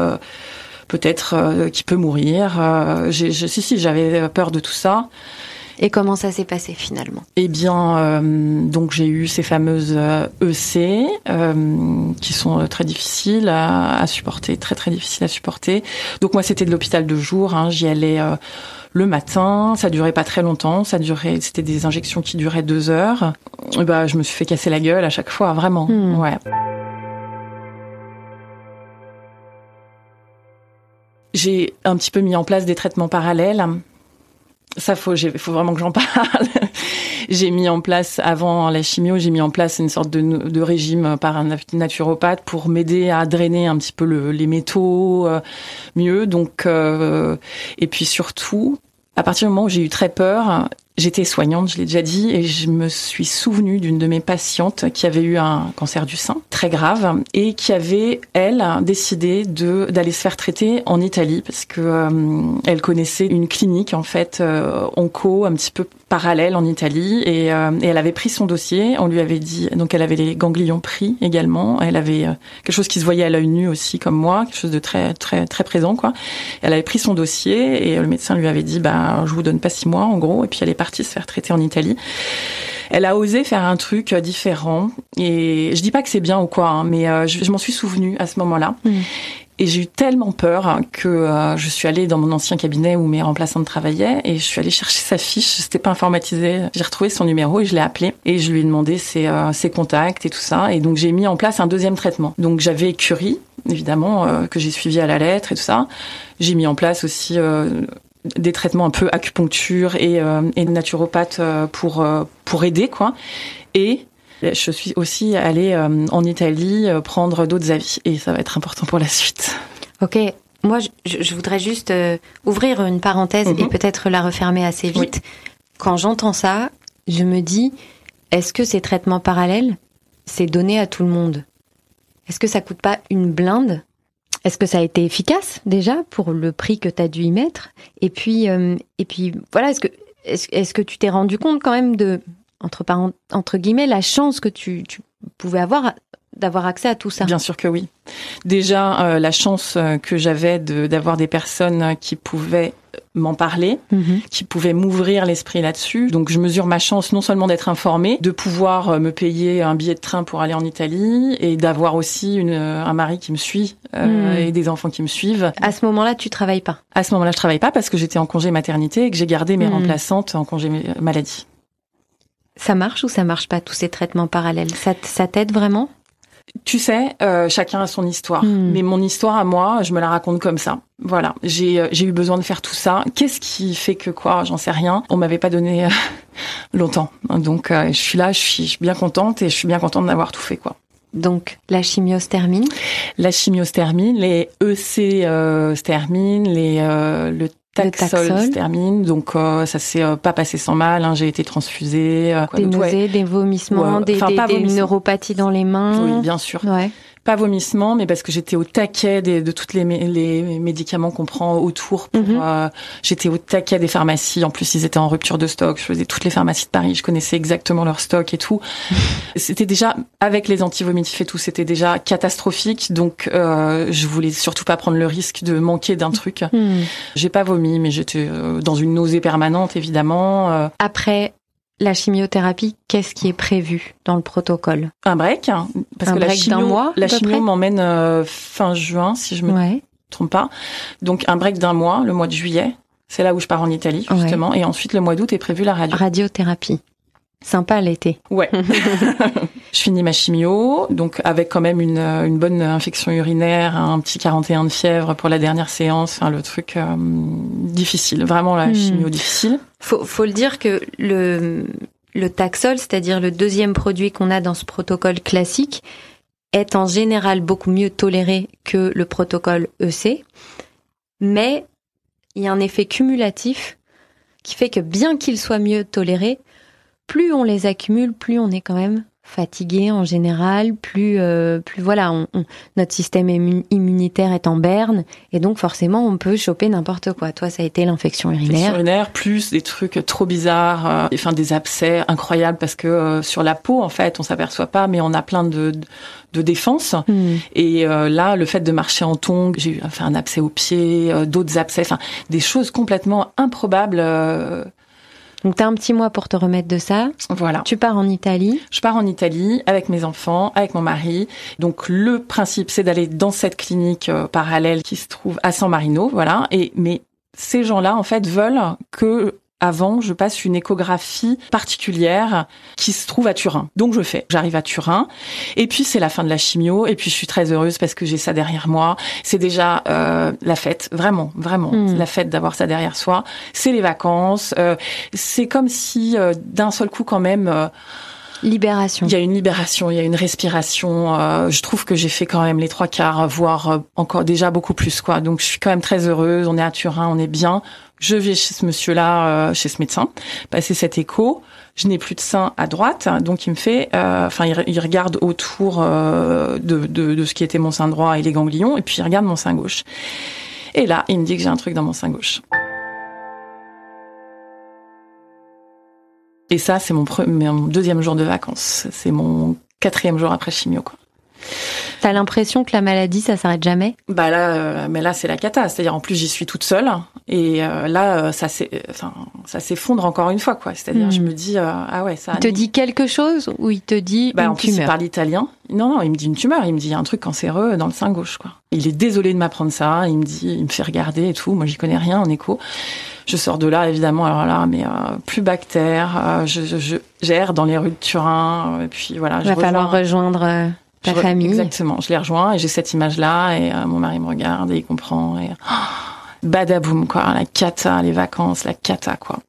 qui peut mourir. J'avais peur de tout ça. Et comment ça s'est passé finalement? Eh bien, donc j'ai eu ces fameuses EC qui sont très difficiles à supporter, très très difficiles à supporter. Donc moi c'était de l'hôpital de jour, hein, j'y allais le matin, ça durait pas très longtemps, c'était des injections qui duraient 2 heures. Et bah je me suis fait casser la gueule à chaque fois, vraiment. Ouais. J'ai un petit peu mis en place des traitements parallèles. Ça, faut vraiment que j'en parle. J'ai mis en place, avant la chimio, j'ai mis en place une sorte de régime par un naturopathe pour m'aider à drainer un petit peu les métaux mieux. Donc, et puis surtout, À partir du moment où j'ai eu très peur, j'étais soignante, je l'ai déjà dit, et je me suis souvenue d'une de mes patientes qui avait eu un cancer du sein très grave et qui avait, elle, décidé d'aller se faire traiter en Italie parce que elle connaissait une clinique en fait onco un petit peu parallèle en Italie et elle avait pris son dossier. On lui avait dit, donc elle avait les ganglions pris également. Elle avait quelque chose qui se voyait à l'œil nu aussi comme moi, quelque chose de très très très présent quoi. Elle avait pris son dossier et le médecin lui avait dit je vous donne pas 6 mois en gros, et puis elle est partie se faire traiter en Italie. Elle a osé faire un truc différent et je dis pas que c'est bien ou quoi, hein, mais je m'en suis souvenue à ce moment-là. Et j'ai eu tellement peur que je suis allée dans mon ancien cabinet où mes remplaçantes travaillaient et je suis allée chercher sa fiche. C'était pas informatisé. J'ai retrouvé son numéro et je l'ai appelé et je lui ai demandé ses contacts et tout ça. Et donc j'ai mis en place un deuxième traitement. Donc j'avais Curie, évidemment, que j'ai suivi à la lettre et tout ça. J'ai mis en place aussi des traitements un peu acupuncture et naturopathe pour aider quoi. Et je suis aussi allée en Italie prendre d'autres avis et ça va être important pour la suite. Ok, moi je voudrais juste ouvrir une parenthèse et peut-être la refermer assez vite. Oui. Quand j'entends ça, je me dis, est-ce que ces traitements parallèles, c'est donné à tout le monde ? Est-ce que ça coûte pas une blinde ? Est-ce que ça a été efficace déjà pour le prix que tu as dû y mettre ? Et puis voilà, est-ce que tu t'es rendu compte quand même de, entre guillemets, la chance que tu pouvais avoir d'avoir accès à tout ça ? Bien sûr que oui. Déjà, la chance que j'avais d'avoir des personnes qui pouvaient m'en parler, qui pouvaient m'ouvrir l'esprit là-dessus. Donc, je mesure ma chance non seulement d'être informée, de pouvoir me payer un billet de train pour aller en Italie et d'avoir aussi un mari qui me suit et des enfants qui me suivent. À ce moment-là, tu travailles pas ? À ce moment-là, je travaille pas parce que j'étais en congé maternité et que j'ai gardé mes remplaçantes en congé maladie. Ça marche ou ça marche pas, tous ces traitements parallèles ? Ça t'aide vraiment ? Tu sais, chacun a son histoire. Mais mon histoire à moi, je me la raconte comme ça. Voilà, j'ai eu besoin de faire tout ça. Qu'est-ce qui fait que quoi ? J'en sais rien. On m'avait pas donné longtemps. Donc je suis là, je suis bien contente et je suis bien contente d'avoir tout fait quoi. Donc la chimio se termine ? La chimio se termine, les EC se terminent, le Taxol se termine, donc ça s'est pas passé sans mal. Hein, j'ai été transfusée. Des nausées, des vomissements, des neuropathies dans les mains. Oui, bien sûr. Ouais. Pas vomissements, mais parce que j'étais au taquet de toutes les médicaments qu'on prend autour. J'étais au taquet des pharmacies. En plus, ils étaient en rupture de stock. Je faisais toutes les pharmacies de Paris. Je connaissais exactement leur stock et tout. C'était déjà, avec les antivomitifs et tout, c'était déjà catastrophique. Donc, je voulais surtout pas prendre le risque de manquer d'un truc. J'ai pas vomi, mais j'étais dans une nausée permanente, évidemment. Après la chimiothérapie, qu'est-ce qui est prévu dans le protocole ? Un break, parce que la chimio m'emmène fin juin, si je me trompe pas. Donc un break d'1 mois, le mois de juillet, c'est là où je pars en Italie justement, et ensuite le mois d'août est prévu la radiothérapie. Sympa l'été. Ouais. Je finis ma chimio, donc avec quand même une bonne infection urinaire, un petit 41 de fièvre pour la dernière séance, enfin le truc difficile, vraiment la chimio difficile. Faut le dire que le Taxol, c'est-à-dire le deuxième produit qu'on a dans ce protocole classique, est en général beaucoup mieux toléré que le protocole EC, mais il y a un effet cumulatif qui fait que bien qu'il soit mieux toléré, plus on les accumule, plus on est quand même fatigué en général, plus voilà, notre système immunitaire est en berne et donc forcément on peut choper n'importe quoi. Toi, ça a été l'infection urinaire. L'infection urinaire plus des trucs trop bizarres, des abcès incroyables parce que sur la peau en fait on s'aperçoit pas, mais on a plein de défenses. Et là, le fait de marcher en tongs, j'ai fait un abcès au pied, d'autres abcès, des choses complètement improbables. Donc t'as un petit mois pour te remettre de ça. Voilà. Tu pars en Italie. Je pars en Italie avec mes enfants, avec mon mari. Donc le principe, c'est d'aller dans cette clinique parallèle qui se trouve à San Marino, voilà. Mais ces gens-là, en fait, veulent que avant, je passe une échographie particulière qui se trouve à Turin. Donc j'arrive à Turin, et puis c'est la fin de la chimio, et puis je suis très heureuse parce que j'ai ça derrière moi. C'est déjà la fête, vraiment, c'est la fête d'avoir ça derrière soi. C'est les vacances, c'est comme si d'un seul coup quand même... Libération. Il y a une libération, il y a une respiration. Je trouve que j'ai fait quand même les 3/4, voire encore déjà beaucoup plus, quoi. Donc je suis quand même très heureuse. On est à Turin, on est bien. Je vais chez ce monsieur-là, chez ce médecin, passer cet écho. Je n'ai plus de sein à droite, donc il me fait, il regarde autour de ce qui était mon sein droit et les ganglions, et puis il regarde mon sein gauche. Et là, il me dit que j'ai un truc dans mon sein gauche. Et ça, c'est mon 2e jour de vacances. C'est mon 4e jour après chimio, quoi. T'as l'impression que la maladie, ça s'arrête jamais? Bah là, mais là, c'est la cata. C'est-à-dire, en plus, j'y suis toute seule. Et là, ça s'effondre encore une fois, quoi. C'est-à-dire, je me dis, ah ouais, ça... Il te dit quelque chose ou il te dit une en plus, tumeur? Il parle italien. Non, il me dit une tumeur. Il me dit, il y a un truc cancéreux dans le sein gauche, quoi. Il est désolé de m'apprendre ça. Il me fait regarder et tout. Moi, j'y connais rien en écho. Je sors de là, évidemment, alors là, mais plus bactère. J'erre dans les rues de Turin. Et puis voilà. Il va falloir rejoindre ta famille. Exactement. Je les rejoins et j'ai cette image-là. Et mon mari me regarde et il comprend. Et badaboum, quoi. La cata, les vacances, la cata, quoi.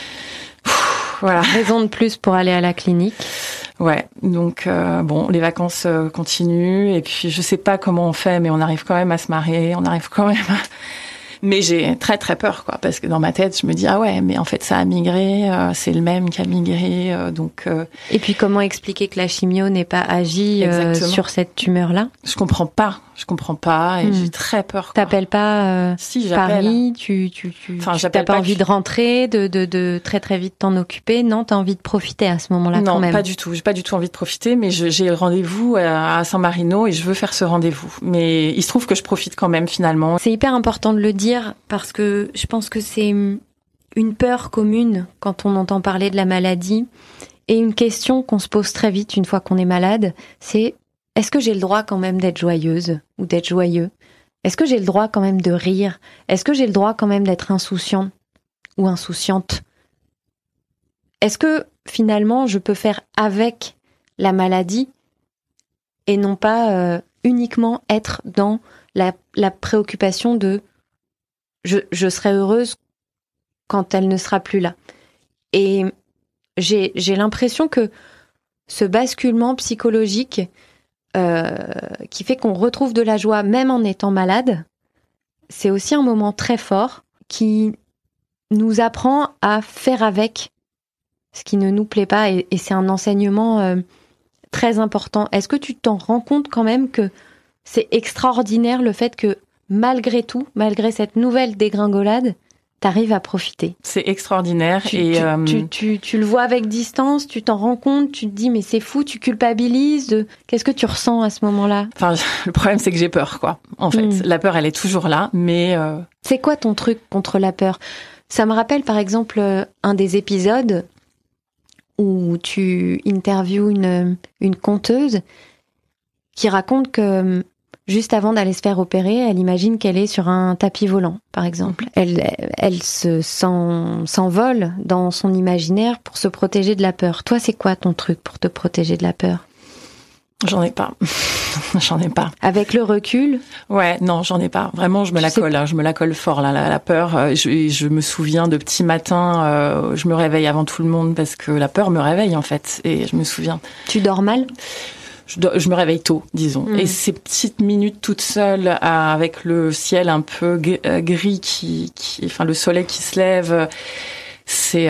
Voilà. Raison de plus pour aller à la clinique. Ouais, donc bon, les vacances continuent et puis je sais pas comment on fait, mais on arrive quand même à se marrer, on arrive quand même à... Mais j'ai très très peur, quoi, parce que dans ma tête, je me dis ah ouais, mais en fait ça a migré, c'est le même qui a migré, donc. Et puis comment expliquer que la chimio n'ait pas agi sur cette tumeur-là? Je comprends pas, et j'ai très peur, quoi. T'appelles pas si, j'appelle. Paris, t'as pas envie de rentrer, de très très vite t'en occuper? Non, t'as envie de profiter à ce moment-là, quand même? Non, pas du tout. J'ai pas du tout envie de profiter, mais j'ai rendez-vous à San Marino et je veux faire ce rendez-vous. Mais il se trouve que je profite quand même finalement. C'est hyper important de le dire parce que je pense que c'est une peur commune quand on entend parler de la maladie et une question qu'on se pose très vite une fois qu'on est malade, c'est est-ce que j'ai le droit quand même d'être joyeuse ou d'être joyeux? Est-ce que j'ai le droit quand même de rire? Est-ce que j'ai le droit quand même d'être insouciant ou insouciante? Est-ce que finalement je peux faire avec la maladie et non pas uniquement être dans la préoccupation de je serai heureuse quand elle ne sera plus là. Et j'ai l'impression que ce basculement psychologique qui fait qu'on retrouve de la joie même en étant malade, c'est aussi un moment très fort qui nous apprend à faire avec ce qui ne nous plaît pas. Et c'est un enseignement très important. Est-ce que tu t'en rends compte quand même que c'est extraordinaire le fait que malgré tout, malgré cette nouvelle dégringolade, t'arrives à profiter? C'est extraordinaire. Tu le vois avec distance, tu t'en rends compte, tu te dis mais c'est fou, tu culpabilises. Qu'est-ce que tu ressens à ce moment-là? Enfin, le problème c'est que j'ai peur, quoi. En fait, la peur elle est toujours là, mais... C'est quoi ton truc contre la peur? Ça me rappelle par exemple un des épisodes où tu interviews une conteuse qui raconte que juste avant d'aller se faire opérer, elle imagine qu'elle est sur un tapis volant, par exemple. Elle s'envole dans son imaginaire pour se protéger de la peur. Toi, c'est quoi ton truc pour te protéger de la peur? J'en ai pas. J'en ai pas. Avec le recul? Ouais, non, j'en ai pas. Vraiment, je me la colle. Je me la colle fort, là, la peur. Je me souviens de petits matins, je me réveille avant tout le monde parce que la peur me réveille, en fait. Et je me souviens. Tu dors mal? Je me réveille tôt, disons. Et ces petites minutes toute seule, avec le ciel un peu gris enfin, le soleil qui se lève, c'est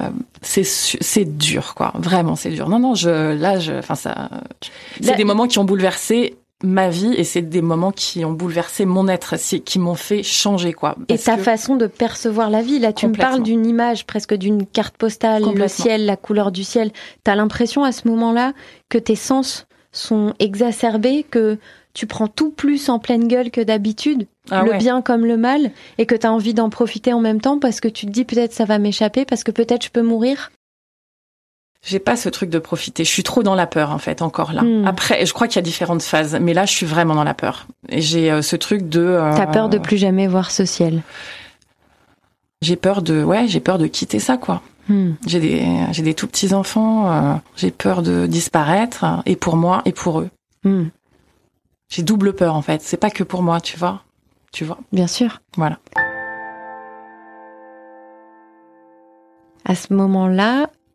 dur, quoi. Vraiment, c'est dur. Non, c'est des moments qui ont bouleversé ma vie et c'est des moments qui ont bouleversé mon être, qui m'ont fait changer, quoi. Et ta façon de percevoir la vie, là, tu me parles d'une image, presque d'une carte postale, le ciel, la couleur du ciel. T'as l'impression à ce moment-là que tes sens sont exacerbés, que tu prends tout plus en pleine gueule que d'habitude, bien comme le mal, et que tu as envie d'en profiter en même temps parce que tu te dis peut-être ça va m'échapper, parce que peut-être je peux mourir? J'ai pas ce truc de profiter. Je suis trop dans la peur, en fait, encore là. Après, je crois qu'il y a différentes phases, mais là, je suis vraiment dans la peur. Et j'ai ce truc de... T'as peur de plus jamais voir ce ciel? J'ai peur de quitter ça, quoi. J'ai des tout petits enfants, j'ai peur de disparaître, et pour moi et pour eux. J'ai double peur, en fait. C'est pas que pour moi, tu vois. Bien sûr. Voilà. À ce moment-là,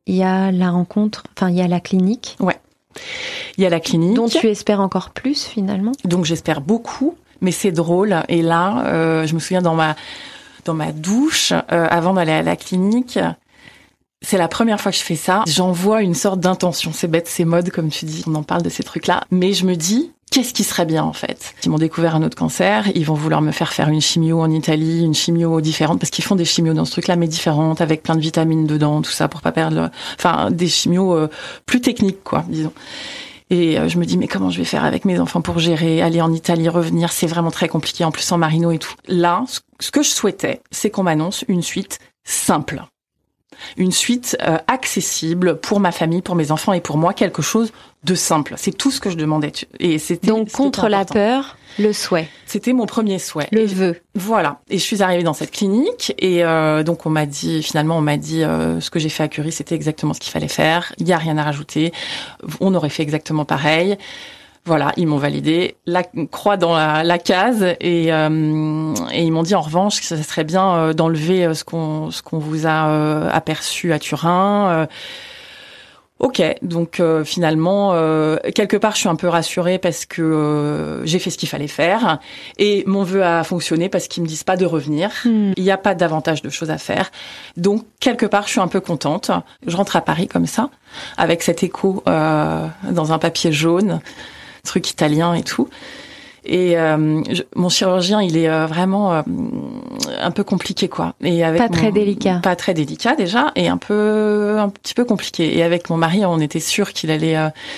il y a la rencontre, il y a la clinique. Ouais. Il y a la clinique. Dont tu espères encore plus, finalement. Donc, j'espère beaucoup, mais c'est drôle. Et là, je me souviens dans ma douche, avant d'aller à la clinique, c'est la première fois que je fais ça. J'envoie une sorte d'intention. C'est bête, c'est mode, comme tu dis. On en parle de ces trucs-là. Mais je me dis, qu'est-ce qui serait bien, en fait? Ils m'ont découvert un autre cancer. Ils vont vouloir me faire une chimio en Italie, une chimio différente, parce qu'ils font des chimios dans ce truc-là, mais différentes, avec plein de vitamines dedans, tout ça, pour pas perdre des chimios plus techniques, quoi, disons. Et je me dis, mais comment je vais faire avec mes enfants pour gérer, aller en Italie, revenir? C'est vraiment très compliqué, en plus en marino et tout. Là, ce que je souhaitais, c'est qu'on m'annonce une suite simple. Une suite accessible pour ma famille, pour mes enfants et pour moi, quelque chose de simple. C'est tout ce que je demandais. Et donc, contre la peur, le souhait. C'était mon premier souhait. Le vœu. Voilà. Et je suis arrivée dans cette clinique et donc on m'a dit ce que j'ai fait à Curie, c'était exactement ce qu'il fallait faire. Il y a rien à rajouter. On aurait fait exactement pareil. Voilà, ils m'ont validé la croix dans la case et ils m'ont dit en revanche que ça serait bien d'enlever ce qu'on vous a aperçu à Turin. Ok, donc finalement, quelque part, je suis un peu rassurée parce que j'ai fait ce qu'il fallait faire et mon vœu a fonctionné parce qu'ils me disent pas de revenir. Il n'y a pas davantage de choses à faire. Donc, quelque part, je suis un peu contente. Je rentre à Paris comme ça, avec cet écho dans un papier jaune, truc italien et tout. Et mon chirurgien, il est vraiment un peu compliqué, quoi. Et avec très délicat. Pas très délicat déjà, et un petit peu compliqué. Et avec mon mari, on était sûr qu'il allait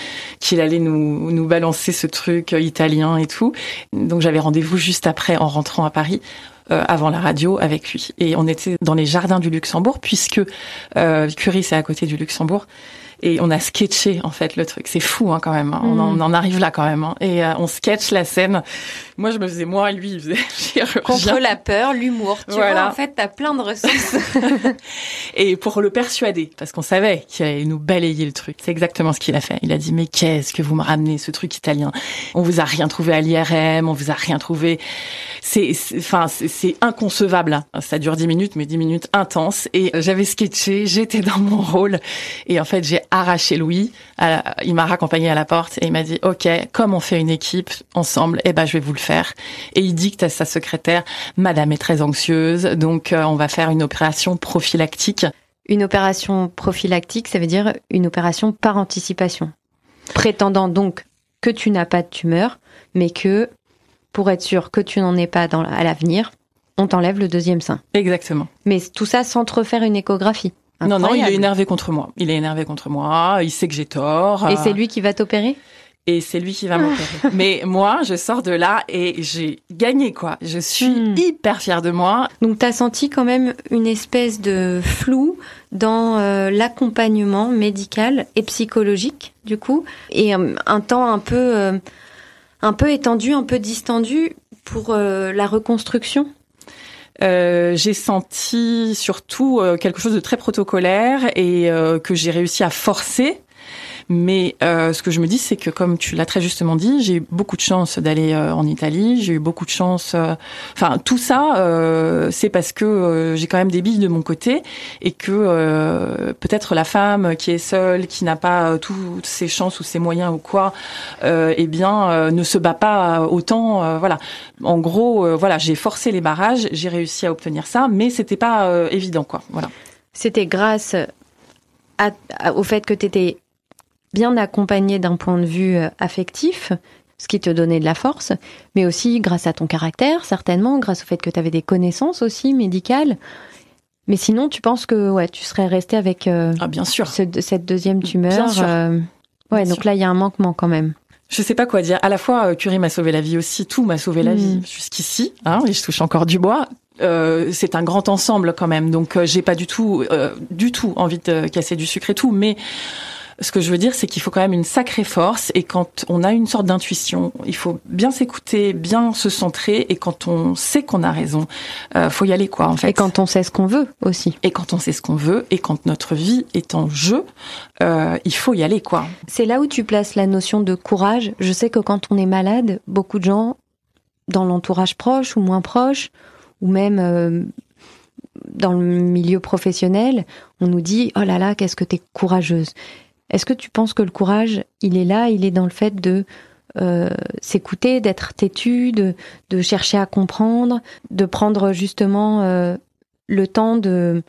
nous balancer ce truc italien et tout. Donc j'avais rendez-vous juste après, en rentrant à Paris. Avant la radio avec lui. Et on était dans les jardins du Luxembourg, puisque Curie, c'est à côté du Luxembourg. Et on a sketché, en fait, le truc. C'est fou, hein, quand même. Hein. On en arrive là, quand même. Hein. Et on sketch la scène. Moi, je me faisais moi, et lui, il faisait chirurgien. Contre la peur, l'humour. Tu vois, en fait, t'as plein de ressources. Et pour le persuader, parce qu'on savait qu'il allait nous balayer le truc. C'est exactement ce qu'il a fait. Il a dit, mais qu'est-ce que vous me ramenez, ce truc italien? On vous a rien trouvé à l'IRM, on vous a rien trouvé. C'est inconcevable. Hein. Ça dure 10 minutes, mais 10 minutes intenses. Et j'avais sketché, j'étais dans mon rôle. Et en fait, j'ai arraché Louis. Il m'a raccompagné à la porte et il m'a dit, OK, comme on fait une équipe ensemble, je vais vous le faire. Et il dicte à sa secrétaire, Madame est très anxieuse, donc on va faire une opération prophylactique. Une opération prophylactique, ça veut dire une opération par anticipation. Prétendant donc que tu n'as pas de tumeur, mais que, pour être sûr que tu n'en aies pas à l'avenir, on t'enlève le deuxième sein. Exactement. Mais tout ça sans te refaire une échographie. Incroyable. Non, il est énervé contre moi. Il sait que j'ai tort. Et c'est lui qui va t'opérer ? Et c'est lui qui va m'opérer. Mais moi, je sors de là et j'ai gagné, quoi. Je suis hyper fière de moi. Donc, t'as senti quand même une espèce de flou dans l'accompagnement médical et psychologique, du coup, et un temps un peu étendu, un peu distendu pour la reconstruction. J'ai senti surtout quelque chose de très protocolaire et que j'ai réussi à forcer. Mais ce que je me dis, c'est que comme tu l'as très justement dit, j'ai eu beaucoup de chance d'aller en Italie, j'ai eu beaucoup de chance... tout ça, c'est parce que j'ai quand même des billes de mon côté et que peut-être la femme qui est seule, qui n'a pas toutes ses chances ou ses moyens ou quoi, ne se bat pas autant. Voilà. En gros, j'ai forcé les barrages, j'ai réussi à obtenir ça, mais c'était pas évident, quoi. Voilà. C'était grâce au fait que t'étais bien accompagné d'un point de vue affectif, ce qui te donnait de la force, mais aussi grâce à ton caractère, certainement, grâce au fait que tu avais des connaissances aussi médicales. Mais sinon, tu penses que tu serais resté avec bien sûr. Cette deuxième tumeur. Bien sûr. Bien donc sûr. Là, il y a un manquement quand même. Je sais pas quoi dire. À la fois, Curie m'a sauvé la vie aussi, tout m'a sauvé la vie jusqu'ici, et je touche encore du bois. C'est un grand ensemble quand même, donc j'ai pas du tout envie de casser du sucre et tout, mais ce que je veux dire, c'est qu'il faut quand même une sacrée force et quand on a une sorte d'intuition, il faut bien s'écouter, bien se centrer et quand on sait qu'on a raison, faut y aller, quoi, en fait. Et quand on sait ce qu'on veut aussi. Et quand on sait ce qu'on veut et quand notre vie est en jeu, il faut y aller, quoi. C'est là où tu places la notion de courage. Je sais que quand on est malade, beaucoup de gens, dans l'entourage proche ou moins proche, ou même dans le milieu professionnel, on nous dit « Oh là là, qu'est-ce que t'es courageuse !» Est-ce que tu penses que le courage, il est là, il est dans le fait de s'écouter, d'être têtu, de chercher à comprendre, de prendre justement le temps de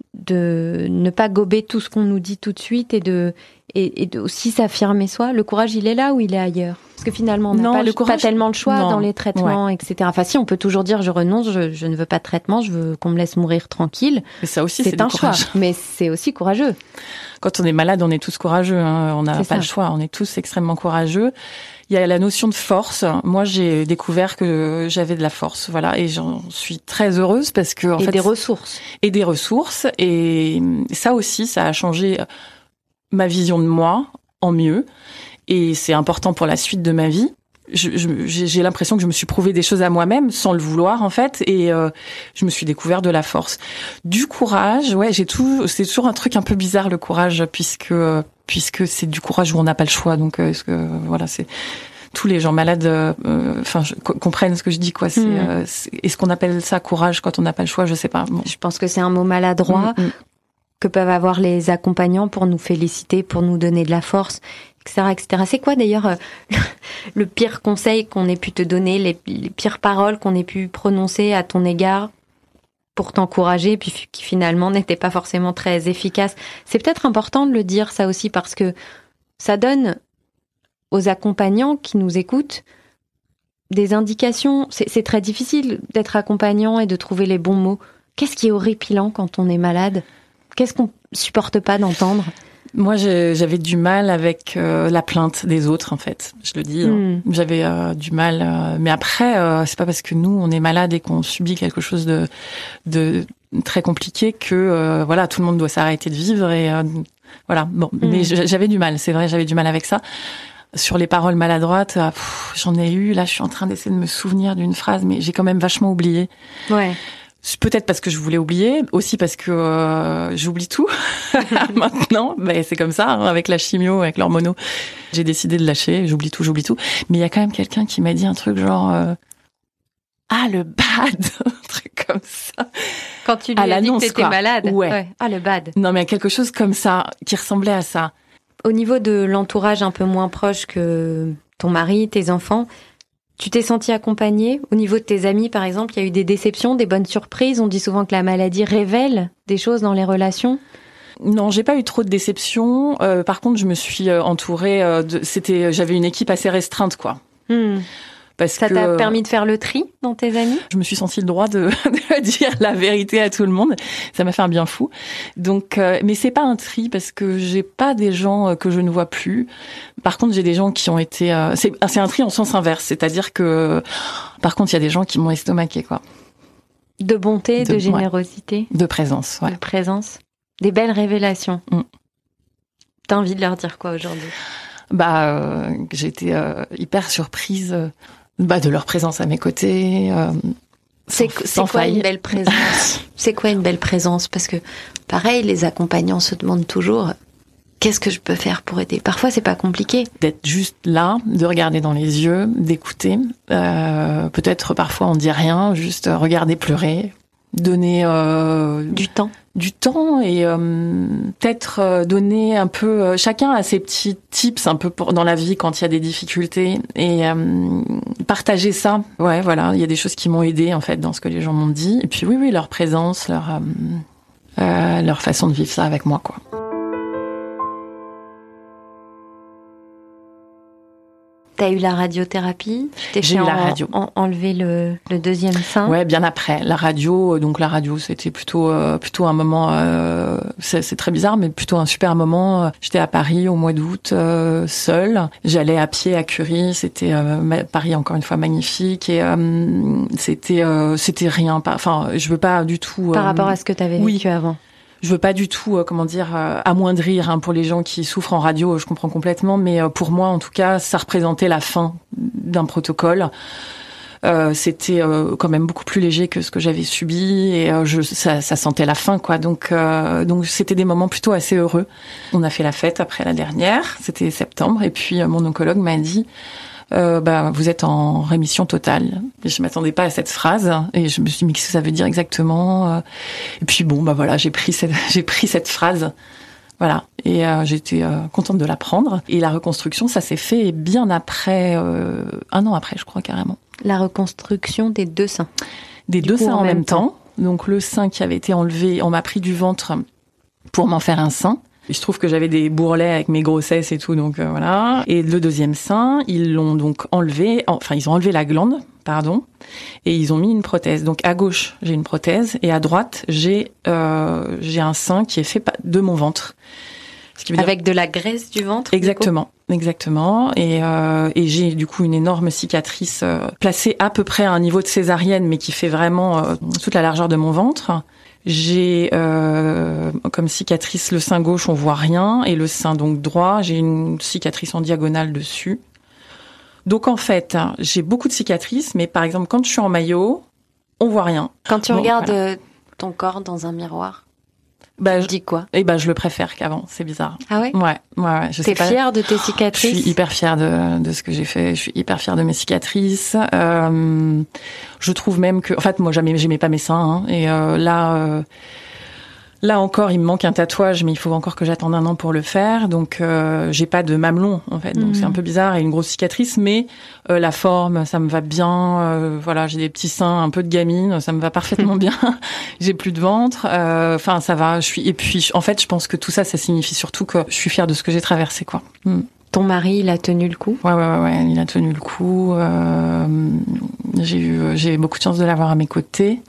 ne pas gober tout ce qu'on nous dit tout de suite et de aussi s'affirmer soi. Le courage, il est là ou il est ailleurs? Parce que finalement, on n'a pas tellement le choix dans les traitements, etc. Enfin, si, on peut toujours dire je renonce, je ne veux pas de traitement, je veux qu'on me laisse mourir tranquille. Mais ça aussi, c'est un choix. Mais c'est aussi courageux. Quand on est malade, on est tous courageux. Hein. On n'a pas le choix. On est tous extrêmement courageux. Il y a la notion de force. Moi, j'ai découvert que j'avais de la force, voilà, et j'en suis très heureuse parce que des ressources. Et des ressources. Et ça aussi, ça a changé ma vision de moi en mieux. Et c'est important pour la suite de ma vie. J'ai l'impression que je me suis prouvé des choses à moi-même sans le vouloir en fait, et je me suis découvert de la force, du courage. Ouais, c'est toujours un truc un peu bizarre le courage, puisque c'est du courage où on n'a pas le choix. Donc est-ce que voilà, c'est tous les gens malades, comprennent ce que je dis quoi. Est-ce qu'on appelle ça courage quand on n'a pas le choix? Je sais pas. Bon. Je pense que c'est un mot maladroit que peuvent avoir les accompagnants pour nous féliciter, pour nous donner de la force, etc., etc. C'est quoi d'ailleurs le pire conseil qu'on ait pu te donner, les pires paroles qu'on ait pu prononcer à ton égard pour t'encourager, puis qui finalement n'étaient pas forcément très efficaces? C'est peut-être important de le dire ça aussi, parce que ça donne aux accompagnants qui nous écoutent des indications. C'est très difficile d'être accompagnant et de trouver les bons mots. Qu'est-ce qui est horripilant quand on est malade? Qu'est-ce qu'on supporte pas d'entendre? Moi, j'avais du mal avec la plainte des autres, en fait. Je le dis. J'avais du mal. Mais après, c'est pas parce que nous, on est malade et qu'on subit quelque chose de très compliqué que voilà, tout le monde doit s'arrêter de vivre. Et voilà. Bon, mais j'avais du mal. C'est vrai, j'avais du mal avec ça. Sur les paroles maladroites, j'en ai eu. Là, je suis en train d'essayer de me souvenir d'une phrase, mais j'ai quand même vachement oublié. Ouais. Peut-être parce que je voulais oublier, aussi parce que j'oublie tout maintenant. Ben c'est comme ça, hein, avec la chimio, avec l'hormono. J'ai décidé de lâcher, j'oublie tout. Mais il y a quand même quelqu'un qui m'a dit un truc genre ah le bad, un truc comme ça. Quand tu lui as dit que t'étais malade. Ouais. Ah le bad. Non mais quelque chose comme ça, qui ressemblait à ça. Au niveau de l'entourage un peu moins proche que ton mari, tes enfants, tu t'es sentie accompagnée? Au niveau de tes amis, par exemple, il y a eu des déceptions, des bonnes surprises? On dit souvent que la maladie révèle des choses dans les relations. Non, j'ai pas eu trop de déceptions. Par contre, je me suis entourée j'avais une équipe assez restreinte, quoi. Parce ça t'a permis de faire le tri dans tes amis? Je me suis sentie le droit de dire la vérité à tout le monde. Ça m'a fait un bien fou. Donc, mais c'est pas un tri parce que j'ai pas des gens que je ne vois plus. Par contre, j'ai des gens qui ont été. C'est un tri en sens inverse, c'est-à-dire que, par contre, il y a des gens qui m'ont estomaqué, quoi. De bonté, de générosité, de présence, ouais. De présence, des belles révélations. T'as envie de leur dire quoi aujourd'hui? J'ai été hyper surprise. De leur présence à mes côtés. C'est quoi une belle présence? C'est quoi une belle présence? Parce que, pareil, les accompagnants se demandent toujours qu'est-ce que je peux faire pour aider? Parfois, c'est pas compliqué. D'être juste là, de regarder dans les yeux, d'écouter. Peut-être parfois on dit rien, juste regarder pleurer, donner du temps. Et peut-être donner un peu. Chacun a ses petits tips un peu dans la vie quand il y a des difficultés et partager ça. Ouais, voilà, il y a des choses qui m'ont aidé en fait dans ce que les gens m'ont dit. Et puis oui, leur présence, leur façon de vivre ça avec moi, quoi. T'as eu la radiothérapie? J'ai eu la radio. Enlever le deuxième sein? Ouais, bien après. La radio, c'était plutôt un moment, c'est très bizarre, mais plutôt un super moment. J'étais à Paris au mois d'août, seule. J'allais à pied à Curie. C'était, Paris, encore une fois, magnifique. Et, c'était rien. Enfin, je veux pas du tout. Par rapport à ce que t'avais vécu avant. Je veux pas du tout, amoindrir pour les gens qui souffrent en radio, je comprends complètement, mais pour moi, en tout cas, ça représentait la fin d'un protocole. C'était quand même beaucoup plus léger que ce que j'avais subi et ça sentait la fin, quoi. Donc c'était des moments plutôt assez heureux. On a fait la fête après la dernière, c'était septembre, et puis mon oncologue m'a dit vous êtes en rémission totale. Et je m'attendais pas à cette phrase et je me suis dit mais qu'est-ce que ça veut dire exactement. Et puis j'ai pris cette phrase. Voilà, et j'étais contente de la prendre. Et la reconstruction, ça s'est fait bien après, 1 an après, je crois, carrément. La reconstruction des 2 seins. Des 2 seins en même temps. Donc le sein qui avait été enlevé, on m'a pris du ventre pour m'en faire un sein. Il se trouve que j'avais des bourrelets avec mes grossesses et tout, donc voilà. Et le 2e sein, ils l'ont donc enlevé, ils ont enlevé la glande, et ils ont mis une prothèse. Donc à gauche, j'ai une prothèse, et à droite, j'ai un sein qui est fait de mon ventre. Ce qui veut avec de la graisse du ventre. Exactement. Et j'ai du coup une énorme cicatrice placée à peu près à un niveau de césarienne, mais qui fait vraiment toute la largeur de mon ventre. J'ai comme cicatrice le sein gauche, on voit rien, et le sein donc droit, j'ai une cicatrice en diagonale dessus. Donc en fait, j'ai beaucoup de cicatrices, mais par exemple quand je suis en maillot, on voit rien. Quand tu regardes ton corps dans un miroir, tu dis quoi ? Je le préfère qu'avant, c'est bizarre. Ah ouais ? Ouais. T'es fière de tes cicatrices ? Je suis hyper fière de ce que j'ai fait. Je suis hyper fière de mes cicatrices. Je trouve même que, en fait, moi, j'aimais pas mes seins. Et là encore, il me manque un tatouage, mais il faut encore que j'attende 1 an pour le faire. Donc, j'ai pas de mamelon, en fait. Donc, c'est un peu bizarre et une grosse cicatrice, mais la forme, ça me va bien. J'ai des petits seins, un peu de gamine, ça me va parfaitement bien. J'ai plus de ventre. Ça va. Et puis, en fait, je pense que tout ça, ça signifie surtout que je suis fière de ce que j'ai traversé, quoi. Ton mari, il a tenu le coup ? Ouais, il a tenu le coup. J'ai beaucoup de chance de l'avoir à mes côtés.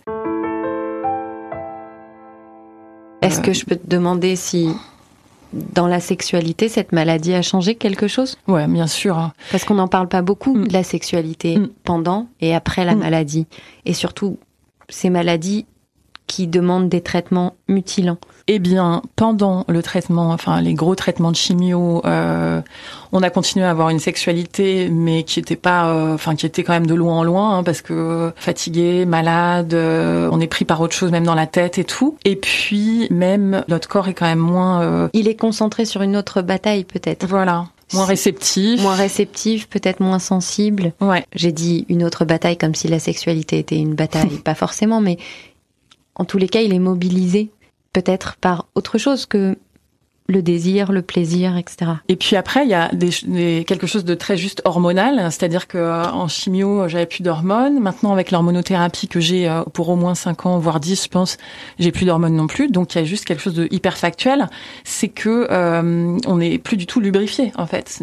Est-ce que je peux te demander si, dans la sexualité, cette maladie a changé quelque chose ? Ouais, bien sûr. Parce qu'on n'en parle pas beaucoup de la sexualité pendant et après la maladie. Et surtout, ces maladies qui demandent des traitements mutilants. Eh bien, pendant le traitement, les gros traitements de chimio, on a continué à avoir une sexualité, mais qui était pas, qui était quand même de loin en loin, parce que fatigué, malade, on est pris par autre chose, même dans la tête et tout. Et puis, même, notre corps est quand même moins... Il est concentré sur une autre bataille, peut-être. Voilà. Moins réceptif. Moins réceptif, peut-être moins sensible. Ouais. J'ai dit une autre bataille comme si la sexualité était une bataille. Pas forcément, mais en tous les cas, il est mobilisé. Peut-être par autre chose que le désir, le plaisir, etc. Et puis après, il y a quelque chose de très juste hormonal, c'est-à-dire que en chimio, j'avais plus d'hormones. Maintenant, avec l'hormonothérapie que j'ai pour au moins 5 ans, voire 10, je pense, j'ai plus d'hormones non plus. Donc, il y a juste quelque chose de hyper factuel, c'est que on n'est plus du tout lubrifié, en fait,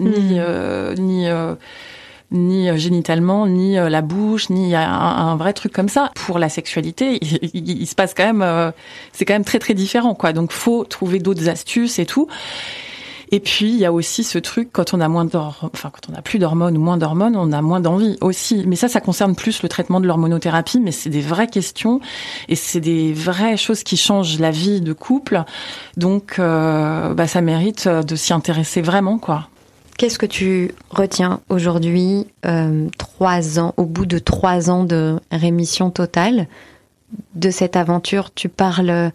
ni génitalement, ni la bouche, ni un vrai truc comme ça. Pour la sexualité, il se passe quand même, c'est quand même très très différent, quoi. Donc faut trouver d'autres astuces et tout. Et puis il y a aussi ce truc quand on a quand on a plus d'hormones ou moins d'hormones, on a moins d'envie aussi. Mais ça concerne plus le traitement de l'hormonothérapie, mais c'est des vraies questions et c'est des vraies choses qui changent la vie de couple. Donc ça mérite de s'y intéresser vraiment, quoi. Qu'est-ce que tu retiens aujourd'hui, 3 ans, au bout de 3 ans de rémission totale, de cette aventure? Tu parles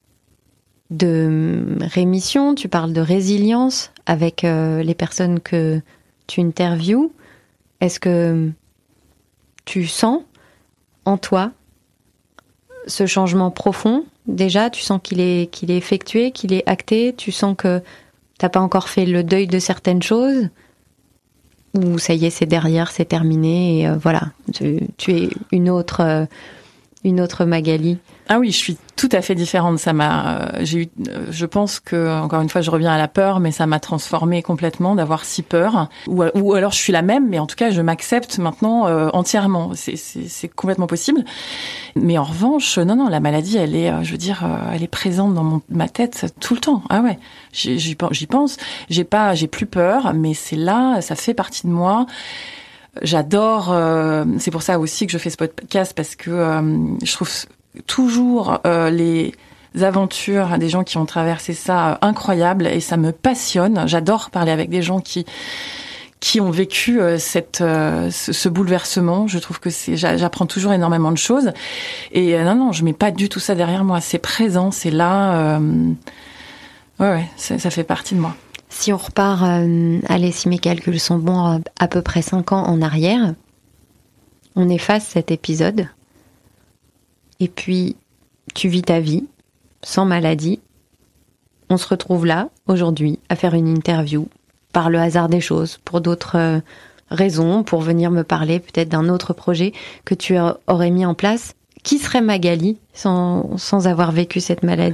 de rémission, tu parles de résilience avec les personnes que tu interviews. Est-ce que tu sens en toi ce changement profond? Déjà, tu sens qu'il est effectué, qu'il est acté? Tu sens que t'as pas encore fait le deuil de certaines choses, ou ça y est, c'est derrière, c'est terminé, et voilà, tu es une autre Magali? Ah oui, je suis tout à fait différente. Je pense que, encore une fois, je reviens à la peur, mais ça m'a transformée complètement d'avoir si peur. Ou alors je suis la même, mais en tout cas, je m'accepte maintenant entièrement. C'est complètement possible. Mais en revanche, non, la maladie, elle est, elle est présente dans ma tête tout le temps. Ah ouais, j'y pense. J'ai plus peur, mais c'est là, ça fait partie de moi. J'adore. C'est pour ça aussi que je fais ce podcast, parce que je trouve toujours les aventures des gens qui ont traversé ça incroyables, et ça me passionne. J'adore parler avec des gens qui ont vécu ce bouleversement. Je trouve que j'apprends toujours énormément de choses. Et non, je mets pas du tout ça derrière moi. C'est présent, c'est là. Ouais, ça fait partie de moi. Si on repart, allez, si mes calculs sont bons, à peu près 5 ans en arrière, on efface cet épisode. Et puis, tu vis ta vie, sans maladie. On se retrouve là, aujourd'hui, à faire une interview, par le hasard des choses, pour d'autres raisons, pour venir me parler peut-être d'un autre projet que tu aurais mis en place. Qui serait Magali sans avoir vécu cette maladie ?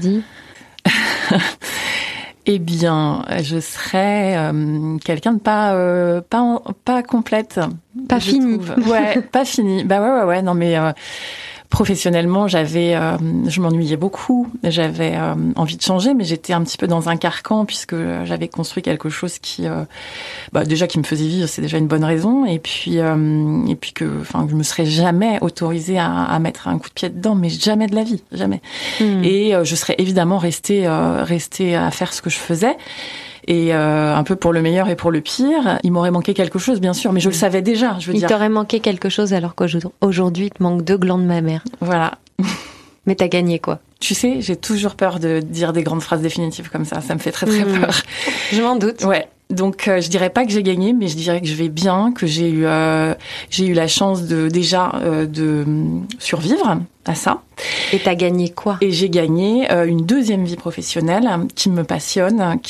Eh bien, je serais quelqu'un de pas complète. Pas fini. Ouais, pas fini. Bah ouais. Non mais professionnellement, je m'ennuyais beaucoup. J'avais envie de changer, mais j'étais un petit peu dans un carcan puisque j'avais construit quelque chose qui, déjà qui me faisait vivre, c'est déjà une bonne raison. Et puis que, je me serais jamais autorisée à mettre un coup de pied dedans, mais jamais de la vie, jamais. Et je serais évidemment restée à faire ce que je faisais. Et un peu pour le meilleur et pour le pire, il m'aurait manqué quelque chose, bien sûr, mais je le savais déjà, je veux dire. Il t'aurait manqué quelque chose alors qu'aujourd'hui, il te manque 2 glandes mammaires. Voilà. Mais t'as gagné quoi ? Tu sais, j'ai toujours peur de dire des grandes phrases définitives comme ça me fait très très peur. Je m'en doute. Ouais. Donc je dirais pas que j'ai gagné, mais je dirais que je vais bien, que j'ai eu la chance de survivre à ça. Et t'as gagné quoi ? Et j'ai gagné une deuxième vie professionnelle qui me passionne,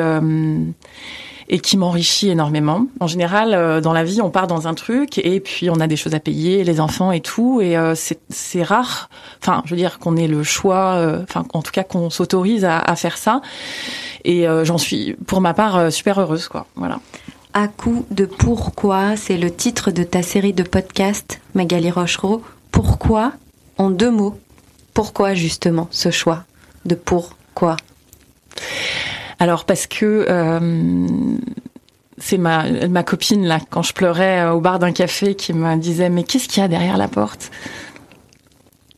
et qui m'enrichit énormément. En général, dans la vie, on part dans un truc et puis on a des choses à payer, les enfants et tout, et c'est rare. Enfin, je veux dire qu'on ait le choix, en tout cas qu'on s'autorise à faire ça. Et j'en suis, pour ma part, super heureuse, quoi. Voilà. À coup de pourquoi, c'est le titre de ta série de podcasts, Magali Rochereau. Pourquoi, en 2 mots, pourquoi justement ce choix de pourquoi ? Alors parce que c'est ma copine là, quand je pleurais au bar d'un café, qui me disait mais qu'est-ce qu'il y a derrière la porte ? Pourquoi ?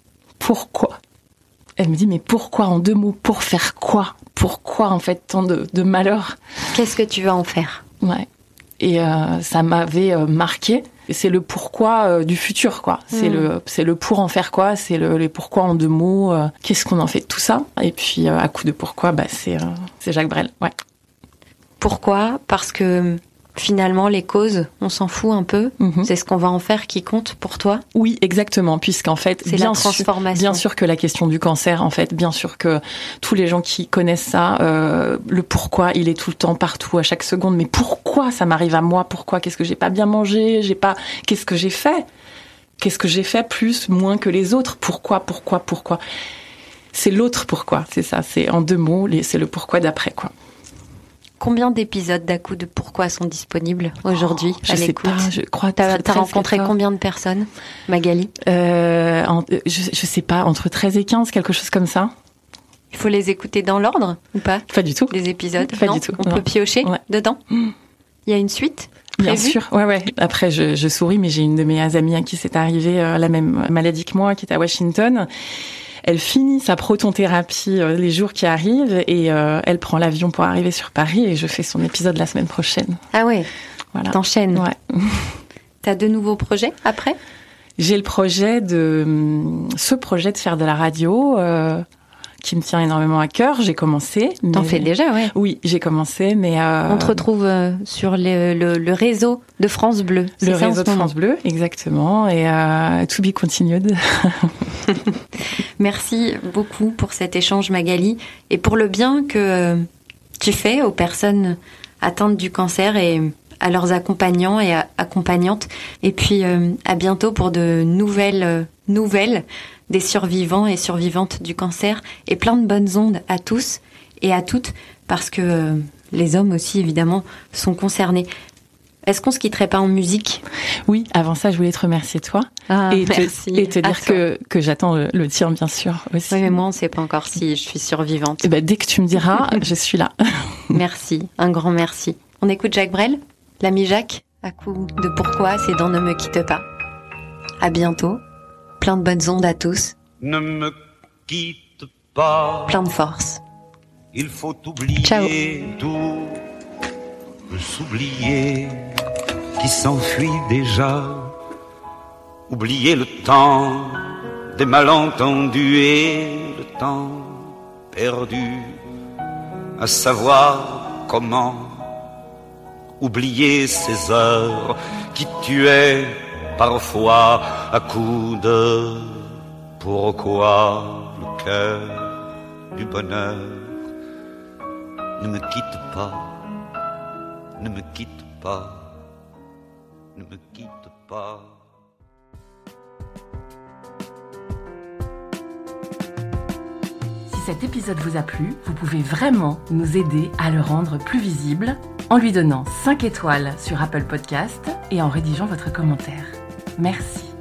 Elle me dit mais pourquoi en 2 mots ? Pour faire quoi ? Pourquoi en fait tant de malheur ? Qu'est-ce que tu vas en faire ? Ouais. Et ça m'avait marqué. Et c'est le pourquoi du futur, quoi. C'est le pour en faire quoi. C'est les pourquoi en 2 mots. Qu'est-ce qu'on en fait de tout ça ? Et puis à coup de pourquoi, c'est Jacques Brel. Ouais. Pourquoi ? Parce que finalement les causes, on s'en fout un peu. C'est ce qu'on va en faire qui compte pour toi ? Oui, exactement. Puisqu'en fait, c'est la transformation. Bien sûr que la question du cancer, en fait, bien sûr que tous les gens qui connaissent ça, le pourquoi, il est tout le temps, partout, à chaque seconde. Mais pourquoi ça m'arrive à moi ? Pourquoi ? Qu'est-ce que j'ai pas bien mangé ? Qu'est-ce que j'ai fait ? Qu'est-ce que j'ai fait plus, moins que les autres ? Pourquoi ? C'est l'autre pourquoi. C'est ça. C'est en 2 mots. C'est le pourquoi d'après, quoi. Combien d'épisodes d'À coup de pourquoi sont disponibles aujourd'hui à l'écoute ? Je sais pas, je crois. T'as rencontré combien de personnes, Magali ? Je sais pas, entre 13 et 15, quelque chose comme ça. Il faut les écouter dans l'ordre ou pas ? Pas du tout. Les épisodes ? Pas du tout. On peut piocher dedans ? Il y a une suite ? Bien sûr, ouais. Après, je souris, mais j'ai une de mes amies à qui c'est arrivé la même maladie que moi, qui est à Washington. Elle finit sa protonthérapie les jours qui arrivent et elle prend l'avion pour arriver sur Paris et je fais son épisode la semaine prochaine. Ah ouais. Voilà. T'enchaînes. Ouais. T'as de nouveaux projets après ? J'ai ce projet de faire de la radio qui me tient énormément à cœur. J'ai commencé. T'en fais déjà, ouais. Oui, j'ai commencé, mais on te retrouve sur le réseau de France Bleu. Le réseau de France Bleu, exactement, et to be continued. Merci beaucoup pour cet échange, Magali, et pour le bien que tu fais aux personnes atteintes du cancer et à leurs accompagnants et accompagnantes. Et puis à bientôt pour de nouvelles des survivants et survivantes du cancer, et plein de bonnes ondes à tous et à toutes, parce que les hommes aussi, évidemment, sont concernés. Est-ce qu'on se quitterait pas en musique ? Oui, avant ça, je voulais te remercier, toi. Et te dire que j'attends le tien, bien sûr, aussi. Oui, mais moi, on ne sait pas encore si je suis survivante. Et dès que tu me diras, je suis là. Merci, un grand merci. On écoute Jacques Brel, l'ami Jacques, à coup de pourquoi, c'est dans Ne me quitte pas. À bientôt. Plein de bonnes ondes à tous. Ne me quitte pas. Plein de force. Il faut oublier Ciao. tout, s'oublier qui s'enfuit déjà. Oublier le temps des malentendus et le temps perdu à savoir comment oublier ces heures qui tuaient parfois à coups de pourquoi le cœur du bonheur ne me quitte pas, ne me quitte pas, ne me quitte pas. Si cet épisode vous a plu, vous pouvez vraiment nous aider à le rendre plus visible en lui donnant 5 étoiles sur Apple Podcast et en rédigeant votre commentaire. Merci.